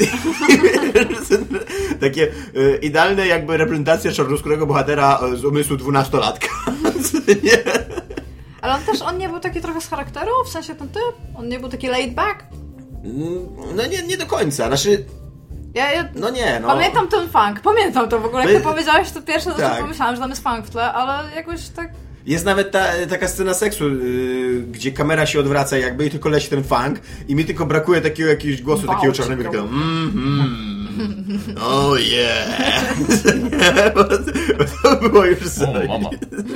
Takie idealne jakby reprezentacja czarnoskórego bohatera z umysłu 12-latka. Ale on nie był taki trochę z charakteru? W sensie ten typ? On nie był taki laid back? No nie do końca, znaczy... Pamiętam ten funk, pamiętam to w ogóle, jak to powiedziałeś, to pierwsze co pomyślałam, że tam jest funk w tle, ale jakoś tak... Jest nawet taka scena seksu, gdzie kamera się odwraca jakby i tylko leci ten funk i mi tylko brakuje takiego jakiegoś głosu, takiego czarnego, Oh yeah! Bo to było już coś. mama.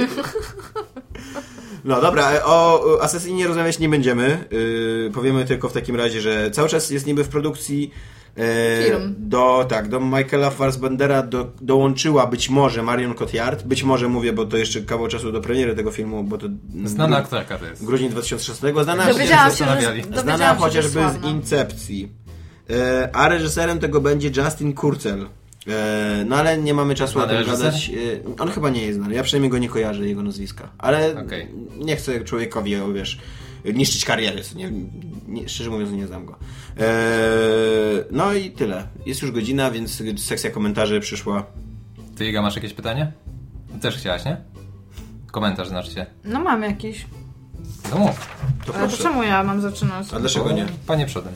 No dobra, o Assassinie rozmawiać nie będziemy. Powiemy tylko w takim razie, że cały czas jest niby w produkcji. Film. Do Michaela Fassbendera dołączyła być może Marion Cotillard. Być może mówię, bo to jeszcze kawał czasu do premiery tego filmu, bo to... Znana aktorka to jest. Grudzień 2016. Znana chociażby z Incepcji. A reżyserem tego będzie Justin Kurzel. No ale nie mamy czasu o tym gadać. On chyba nie jest znany. Ja przynajmniej go nie kojarzę, jego nazwiska. Ale nie chcę człowiekowi, wiesz, niszczyć kariery. Szczerze mówiąc, nie znam go. No i tyle. Jest już godzina, więc sekcja komentarzy przyszła. Ty, Iga, masz jakieś pytanie? Też chciałaś, nie? Komentarz znaczy. No mam jakiś. No mów. Ale to czemu ja mam zaczynać? A dlaczego nie? Panie przodem.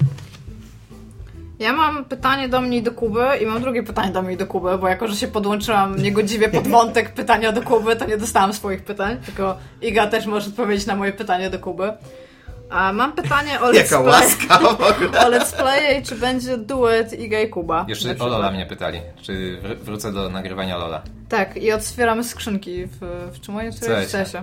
Ja mam pytanie do mnie i do Kuby i mam drugie pytanie do mnie i do Kuby, bo jako, że się podłączyłam niegodziwie pod wątek pytania do Kuby, to nie dostałam swoich pytań, tylko Iga też może odpowiedzieć na moje pytanie do Kuby. A mam pytanie o Jaka łaska w ogóle. O let's play, czy będzie duet Iga i Kuba. Jeszcze o Lola mnie pytali, czy wrócę do nagrywania Lola. Tak, i otwieramy skrzynki w czym moje? W CS-ie.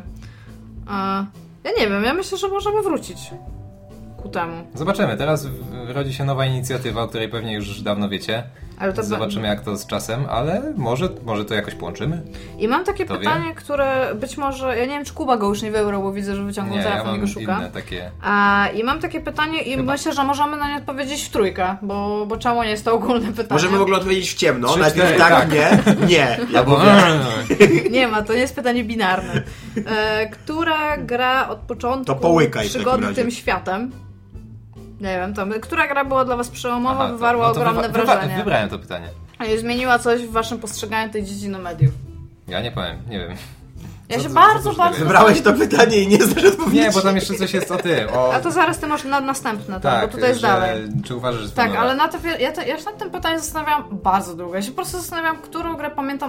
Ja nie wiem, ja myślę, że możemy wrócić ku temu. Zobaczymy, teraz rodzi się nowa inicjatywa, o której pewnie już dawno wiecie. Ale to zobaczymy jak to z czasem, ale może to jakoś połączymy. I mam takie pytanie, które być może, ja nie wiem czy Kuba go już nie wybrał, bo widzę, że wyciągnął telefon i go szuka. Inne takie. I mam takie pytanie i myślę, że możemy na nie odpowiedzieć w trójkę, bo czemu nie jest to ogólne pytanie? Możemy w ogóle odpowiedzieć w ciemno. 3, najpierw 4, tak, nie. Nie ma, to nie jest pytanie binarne. Która gra od początku przygody tym światem? Nie wiem, która gra była dla was przełomowa, wywarła ogromne wrażenie. Wybrałem to pytanie. I zmieniła coś w waszym postrzeganiu tej dziedziny mediów. Ja nie powiem, nie wiem. Ja się bardzo... Wybrałeś to pytanie i nie znasz odpowiedzi. Nie, bo tam jeszcze coś jest o tym. A to zaraz ty masz następne, tak, bo tutaj jest dalej. Czy uważasz, że tak, ale ja się nad tym pytaniem zastanawiałam bardzo długo. Ja się po prostu zastanawiałam, którą grę pamiętam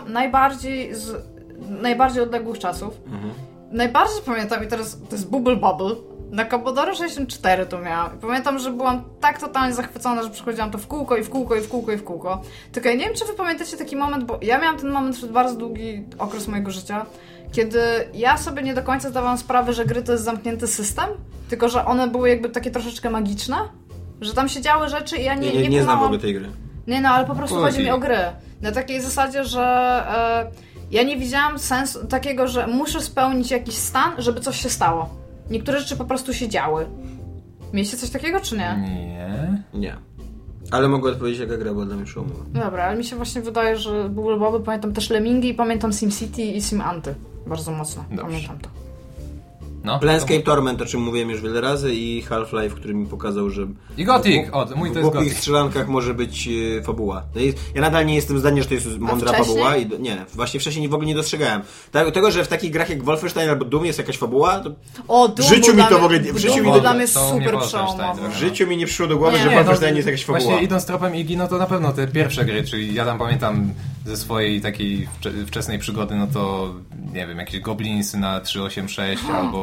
najbardziej odległych czasów. Najbardziej pamiętam i teraz to jest Bubble Bobble. Na Commodore 64 to miałam. I pamiętam, że byłam tak totalnie zachwycona, że przechodziłam to w kółko. Tylko ja nie wiem, czy wy pamiętacie taki moment, bo ja miałam ten moment przez bardzo długi okres mojego życia, kiedy ja sobie nie do końca zdawałam sprawę, że gry to jest zamknięty system, tylko że one były jakby takie troszeczkę magiczne, że tam się działy rzeczy i ja nie znam w ogóle tej gry. Nie, no ale po prostu chodzi mi o gry. Na takiej zasadzie, że ja nie widziałam sensu takiego, że muszę spełnić jakiś stan, żeby coś się stało. Niektóre rzeczy po prostu się działy. Mieliście coś takiego, czy nie? Nie. Ale mogę odpowiedzieć, jaka gra była dla mnie przełomowa. Dobra, ale mi się właśnie wydaje, że Bubble Bobble, pamiętam też Lemmingi i pamiętam SimCity i SimAnty. Bardzo mocno. Dobrze. Pamiętam to. No, Planescape Torment, o czym mówiłem już wiele razy, i Half-Life, który mi pokazał, że i Gothic! Mój to jest Gothic. W głupich strzelankach może być fabuła. Ja nadal nie jestem zdania, że to jest mądra fabuła. Nie, właśnie wcześniej w ogóle nie dostrzegałem. Tego, że w takich grach jak Wolfenstein albo Doom jest jakaś fabuła, to w życiu mi to w ogóle... W życiu mi nie przyszło do głowy, że Wolfenstein jest jakaś fabuła. Właśnie idąc tropem Igi, no to na pewno te pierwsze gry, czyli ja tam pamiętam ze swojej takiej wczesnej przygody, no to nie wiem, jakieś Goblinsy na 386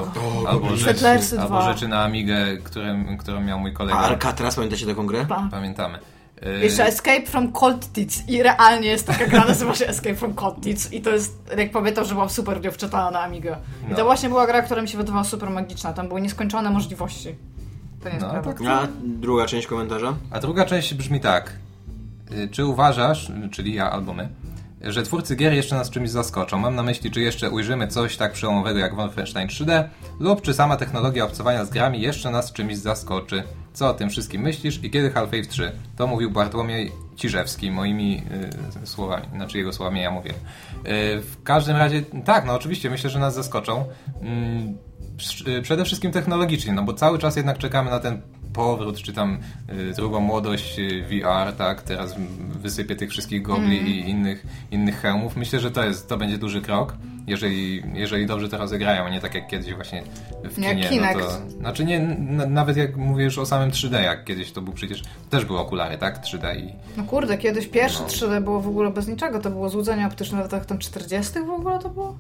albo rzeczy na Amigę, którą miał mój kolega. A Alcatraz, pamiętacie taką grę? Pamiętamy. Jeszcze Escape from Cold Tits i realnie jest taka gra, nazywa się Escape from Cold Tits i to jest, jak pamiętam, że byłam super w nią wczytana na Amigę. I to właśnie była gra, która mi się wydawała super magiczna, tam były nieskończone możliwości. To nie jest prawda. A druga część komentarza? A druga część brzmi tak. Czy uważasz, czyli ja albo my, że twórcy gier jeszcze nas czymś zaskoczą? Mam na myśli, czy jeszcze ujrzymy coś tak przełomowego jak Wolfenstein 3D, lub czy sama technologia obcowania z grami jeszcze nas czymś zaskoczy? Co o tym wszystkim myślisz i kiedy Half-Life 3? To mówił Bartłomiej Ciżewski, moimi słowami, znaczy jego słowami ja mówię. W każdym razie, tak, no oczywiście, myślę, że nas zaskoczą. Przede wszystkim technologicznie, no bo cały czas jednak czekamy na ten powrót, czy tam drugą młodość VR, tak, teraz wysypie tych wszystkich gogli i innych hełmów. Myślę, że to będzie duży krok, jeżeli dobrze to rozegrają, nie tak jak kiedyś właśnie w kinie. No to, znaczy nie, nawet jak mówię już o samym 3D, jak kiedyś to był przecież, też były okulary, tak, 3D i... No kurde, kiedyś pierwsze 3D było w ogóle bez niczego, to było złudzenie optyczne w latach tam 40 w ogóle to było?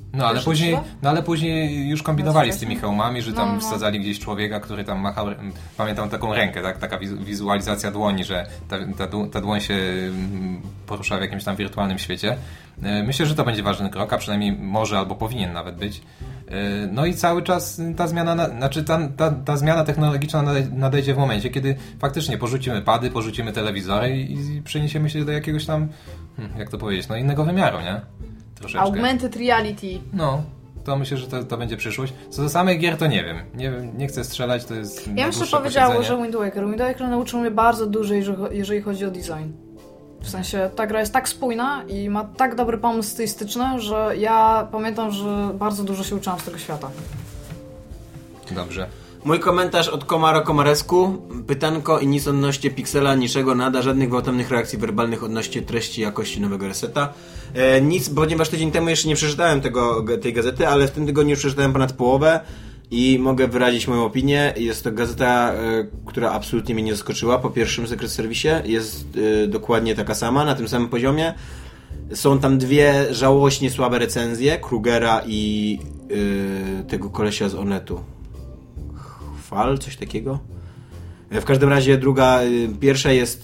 ale później już kombinowali z tymi hełmami, że tam wsadzali gdzieś człowieka, który tam machał, pamiętam taką rękę, tak? Taka wizualizacja dłoni, że ta dłoń się porusza w jakimś tam wirtualnym świecie. Myślę, że to będzie ważny krok, a przynajmniej może albo powinien nawet być. No i cały czas ta zmiana, ta zmiana technologiczna nadejdzie w momencie, kiedy faktycznie porzucimy pady, porzucimy telewizory i przeniesiemy się do jakiegoś tam, jak to powiedzieć, innego wymiaru, nie? Troszeczkę. Augmented reality. No, to myślę, że to będzie przyszłość. Co do samych gier, to nie wiem. Nie chcę strzelać, to jest ja bym jeszcze powiedziała, że Wind Waker nauczył mnie bardzo dużo, jeżeli chodzi o design. W sensie, ta gra jest tak spójna i ma tak dobry pomysł stylistyczny, że ja pamiętam, że bardzo dużo się uczyłam z tego świata. Dobrze. Mój komentarz od Komaro Komaresku. Pytanko i nic odnośnie Pixela, niczego nada, żadnych gwałtownych reakcji werbalnych odnośnie treści jakości nowego reseta. Nic, ponieważ tydzień temu jeszcze nie przeczytałem tej gazety, ale w tym tygodniu już przeczytałem ponad połowę i mogę wyrazić moją opinię. Jest to gazeta, która absolutnie mnie nie zaskoczyła po pierwszym Secret Service. Jest dokładnie taka sama, na tym samym poziomie. Są tam dwie żałośnie słabe recenzje, Krugera i tego kolesia z Onetu. Fal, coś takiego. W każdym razie pierwsza jest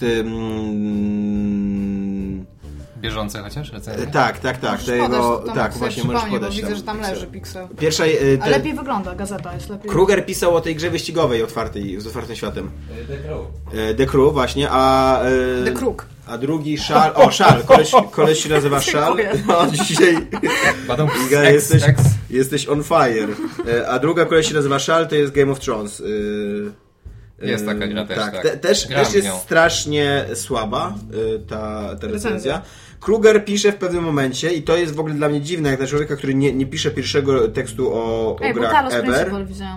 bieżące chociaż recenzje? Tak. Właśnie możesz podać. Widzę, że tam leży Pixel. Pierwsza, a lepiej wygląda, gazeta jest lepiej. Kruger pisał o tej grze wyścigowej z otwartym światem. The Crew, właśnie, a... The Kruk. A drugi Szal. Koleś się nazywa Szal. No, dzisiaj jesteś on fire. A druga koleś się nazywa Szal, to jest Game of Thrones. Jest taka gra też. Tak. Też jest strasznie słaba ta recenzja. Kruger pisze w pewnym momencie, i to jest w ogóle dla mnie dziwne, jak dla człowieka, który nie pisze pierwszego tekstu o grach ever,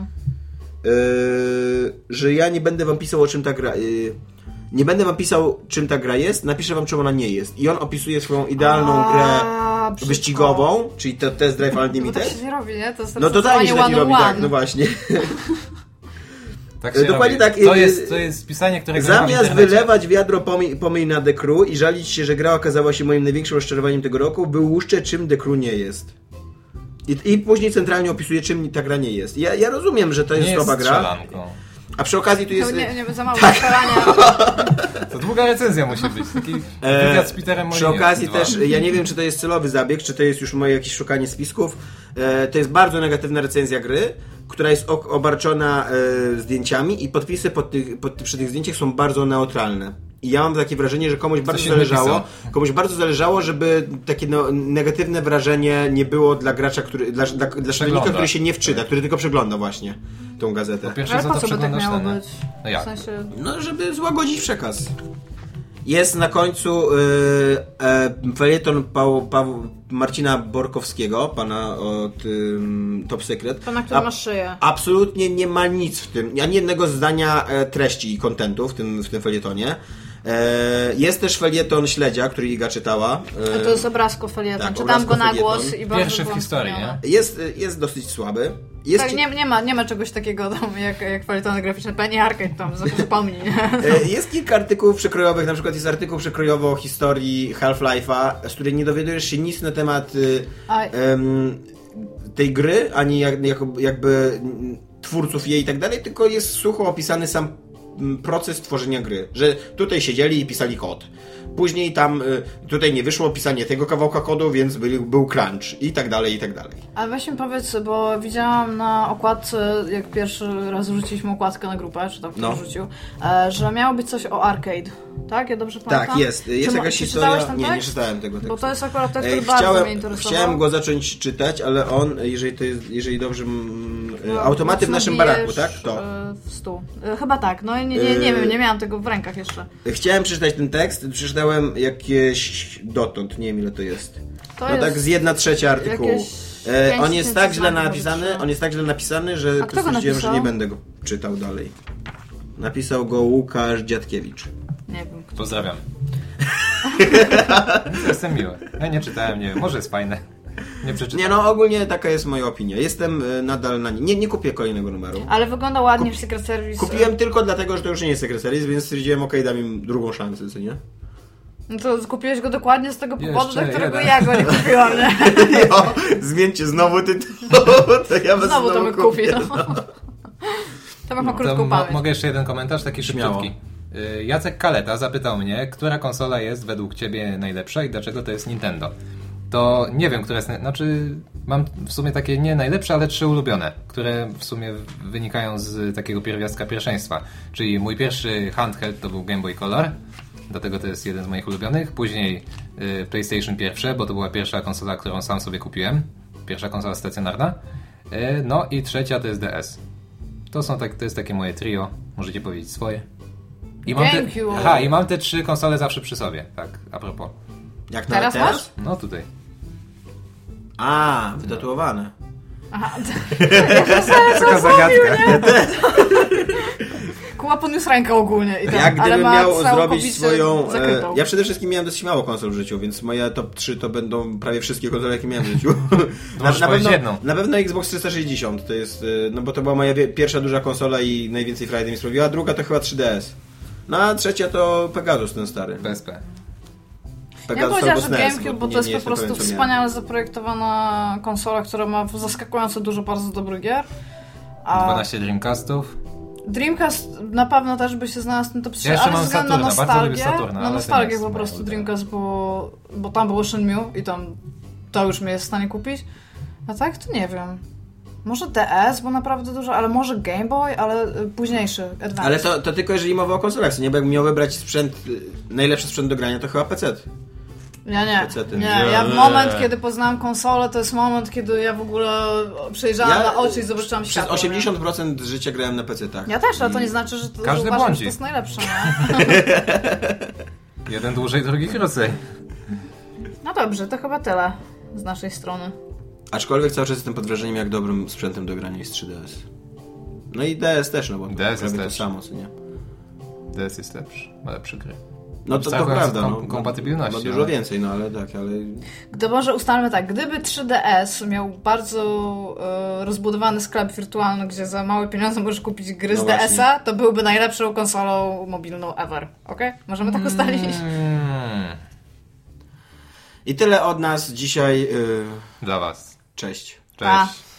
że ja nie będę wam pisał, o czym ta gra... Nie będę wam pisał, czym ta gra jest, napiszę wam, czym ona nie jest. I on opisuje swoją idealną grę wyścigową, czyli to Test Drive Unlimited. No tak się nie robi, nie? To jest totalnie się tak nie robi, tak, no właśnie. Tak się dokładnie robi. tak. To jest pisanie, którego zamiast wylewać wiadro pomyj na The Crew i żalić się, że gra okazała się moim największym rozczarowaniem tego roku, wyłuszczę, czym The Crew nie jest. I później centralnie opisuje, czym ta gra nie jest. Ja rozumiem, że to jest słaba gra. Strzelanką. A przy okazji tu jest... Nie za mało strzelania. To długa recenzja musi być. Taki wywiad z Peterem Molinie. Przy okazji też, ja nie wiem, czy to jest celowy zabieg, czy to jest już moje jakieś szukanie spisków. To jest bardzo negatywna recenzja gry, która jest obarczona zdjęciami i podpisy przy tych zdjęciach są bardzo neutralne. I ja mam takie wrażenie, że komuś bardzo zależało, żeby takie negatywne wrażenie nie było dla gracza, dla czytelnika, który się nie wczyta, który tylko przegląda właśnie tą gazetę. Po pierwsze, za to przeglądasz tak ten. No jak? W sensie... No, żeby złagodzić przekaz. Jest na końcu felieton Marcina Borkowskiego, pana od Top Secret. Pana, który ma szyję. Absolutnie nie ma nic w tym, ani jednego zdania treści i kontentu w tym felietonie. Jest też felieton Śledzia, który Iga czytała. To jest obrazko felieton. Tak, czytałam go na głos i bardzo pierwszy w historii, nie? Jest dosyć słaby. Tak, nie ma czegoś takiego tam, jak felietony graficzne. Penny Arcade tam, zapomnij. Jest kilka artykułów przekrojowych, na przykład jest artykuł przekrojowy o historii Half-Life'a, z której nie dowiadujesz się nic na temat tej gry, ani jakby twórców jej i tak dalej, tylko jest sucho opisany sam proces tworzenia gry, że tutaj siedzieli i pisali kod. Później tutaj nie wyszło pisanie tego kawałka kodu, więc był crunch i tak dalej, i tak dalej. Ale weź mi powiedz, bo widziałam na okładce, jak pierwszy raz rzuciliśmy okładkę na grupę, czy tam ktoś rzucił, że miało być coś o arcade. Tak? Ja dobrze pamiętam? Tak, jest jakaś historia. Nie czytałem tego. Bo to jest akurat tekst, który bardzo mnie interesował. Chciałem go zacząć czytać, ale on, jeżeli dobrze... automaty w naszym baraku, tak? To. W stół. Chyba tak. No nie wiem, nie miałam tego w rękach jeszcze. Chciałem przeczytać ten tekst, przeczytałem jakieś dotąd, nie wiem ile to jest. Tak z 1/3 artykułu. On jest tak źle napisany, że stwierdziłem, że nie będę go czytał dalej. Napisał go Łukasz Dziadkiewicz. Nie wiem. Pozdrawiam. Jestem miły. Ja nie czytałem, nie wiem, może jest fajne. Nie przeczytałem. Ogólnie taka jest moja opinia. Jestem nadal na nie kupię kolejnego numeru. Ale wygląda ładnie w Secret Service. Kupiłem tylko dlatego, że to już nie jest Secret Service, więc stwierdziłem, dam im drugą szansę, co nie? No to kupiłeś go dokładnie z tego powodu, Jeszcze dla którego jeden. ja go nie kupiłam, nie? Jo, zmieńcie znowu tytuł, to ja was Znowu to bym kupił, kupię. no. To bym ma To krótką pamięć. mogę jeszcze jeden komentarz, taki Śmiało. szybciutki. Jacek Kaleta zapytał mnie, która konsola jest według ciebie najlepsza i dlaczego to jest Nintendo. To nie wiem, która jest... Znaczy, mam w sumie takie nie najlepsze, ale 3 ulubione, które w sumie wynikają z takiego pierwiastka pierwszeństwa. Czyli mój pierwszy handheld to był Game Boy Color, dlatego to jest jeden z moich ulubionych. Później PlayStation pierwsze, bo to była pierwsza konsola, którą sam sobie kupiłem. Pierwsza konsola stacjonarna. No i trzecia to jest DS. To jest takie moje trio. Możecie powiedzieć swoje. I mam te 3 konsole zawsze przy sobie. Tak, a propos. Jak Teraz masz? No tutaj. A, wytatuowane. Aha, Taka zagadka. Kuba podniósł rękę ogólnie. I tak, Ja ale gdybym ma miał całkowicie zrobić swoją... zakrytą. ja przede wszystkim miałem dosyć mało konsol w życiu, więc moje top 3 to będą prawie wszystkie konsole, jakie miałem w życiu. Możesz powiedzieć jedną. Na pewno Xbox 360 to jest... No bo to była moja pierwsza duża konsola i najwięcej frajdy mi sprawiła. Druga to chyba 3DS. No a trzecia to Pegasus, ten stary. PSP. Ja powiedziałam, że SNES, GameCube, bo nie to jest po jestem prostu pewien, co miałem. wspaniale zaprojektowana konsola, która ma zaskakująco dużo bardzo dobrych gier. 12 Dreamcastów. Dreamcast na pewno też by się znalazł w tym top 3, Ja jeszcze ale mam ze względu na Saturna, bardzo lubię nostalgię, Saturna, na ale nostalgię to nie po jest prostu moje Dreamcast, bo tam było Shenmue i tam to już mnie jest w stanie kupić. A tak to nie wiem. Może DS, bo naprawdę dużo, ale może Game Boy, ale późniejszy, Advance. Ale to tylko jeżeli mowa o konsolach, nie? Bo jakbym miał wybrać sprzęt, najlepszy sprzęt do grania, to chyba PC. Nie. PC-ty. Ja w moment, kiedy poznałam konsolę, to jest moment, kiedy ja w ogóle przejrzałam na oczy i zobaczyłam Przez światło. 80% życia grałem na PC-tach. Ja też, ale to nie znaczy, że to, Każdy że uważam, błądzi. że to jest najlepsze. Nie? Jeden dłużej, drugi krócej. No dobrze, to chyba tyle z naszej strony. Aczkolwiek cały czas jestem pod wrażeniem, jak dobrym sprzętem do grania jest 3DS. No i DS też, no bo DS jest to też. samo, co nie? DS jest lepszy, ma lepsze gry. No to Abstrahując prawda, od kompatybilności, ma dużo ale- więcej, no ale tak, ale... Może ustalmy tak, gdyby 3DS miał bardzo rozbudowany sklep wirtualny, gdzie za małe pieniądze możesz kupić gry No z DS-a, to byłby najlepszą konsolą mobilną ever. Okej? Możemy tak ustalić? I tyle od nas dzisiaj. Dla was. Cześć. Cześć. Pa.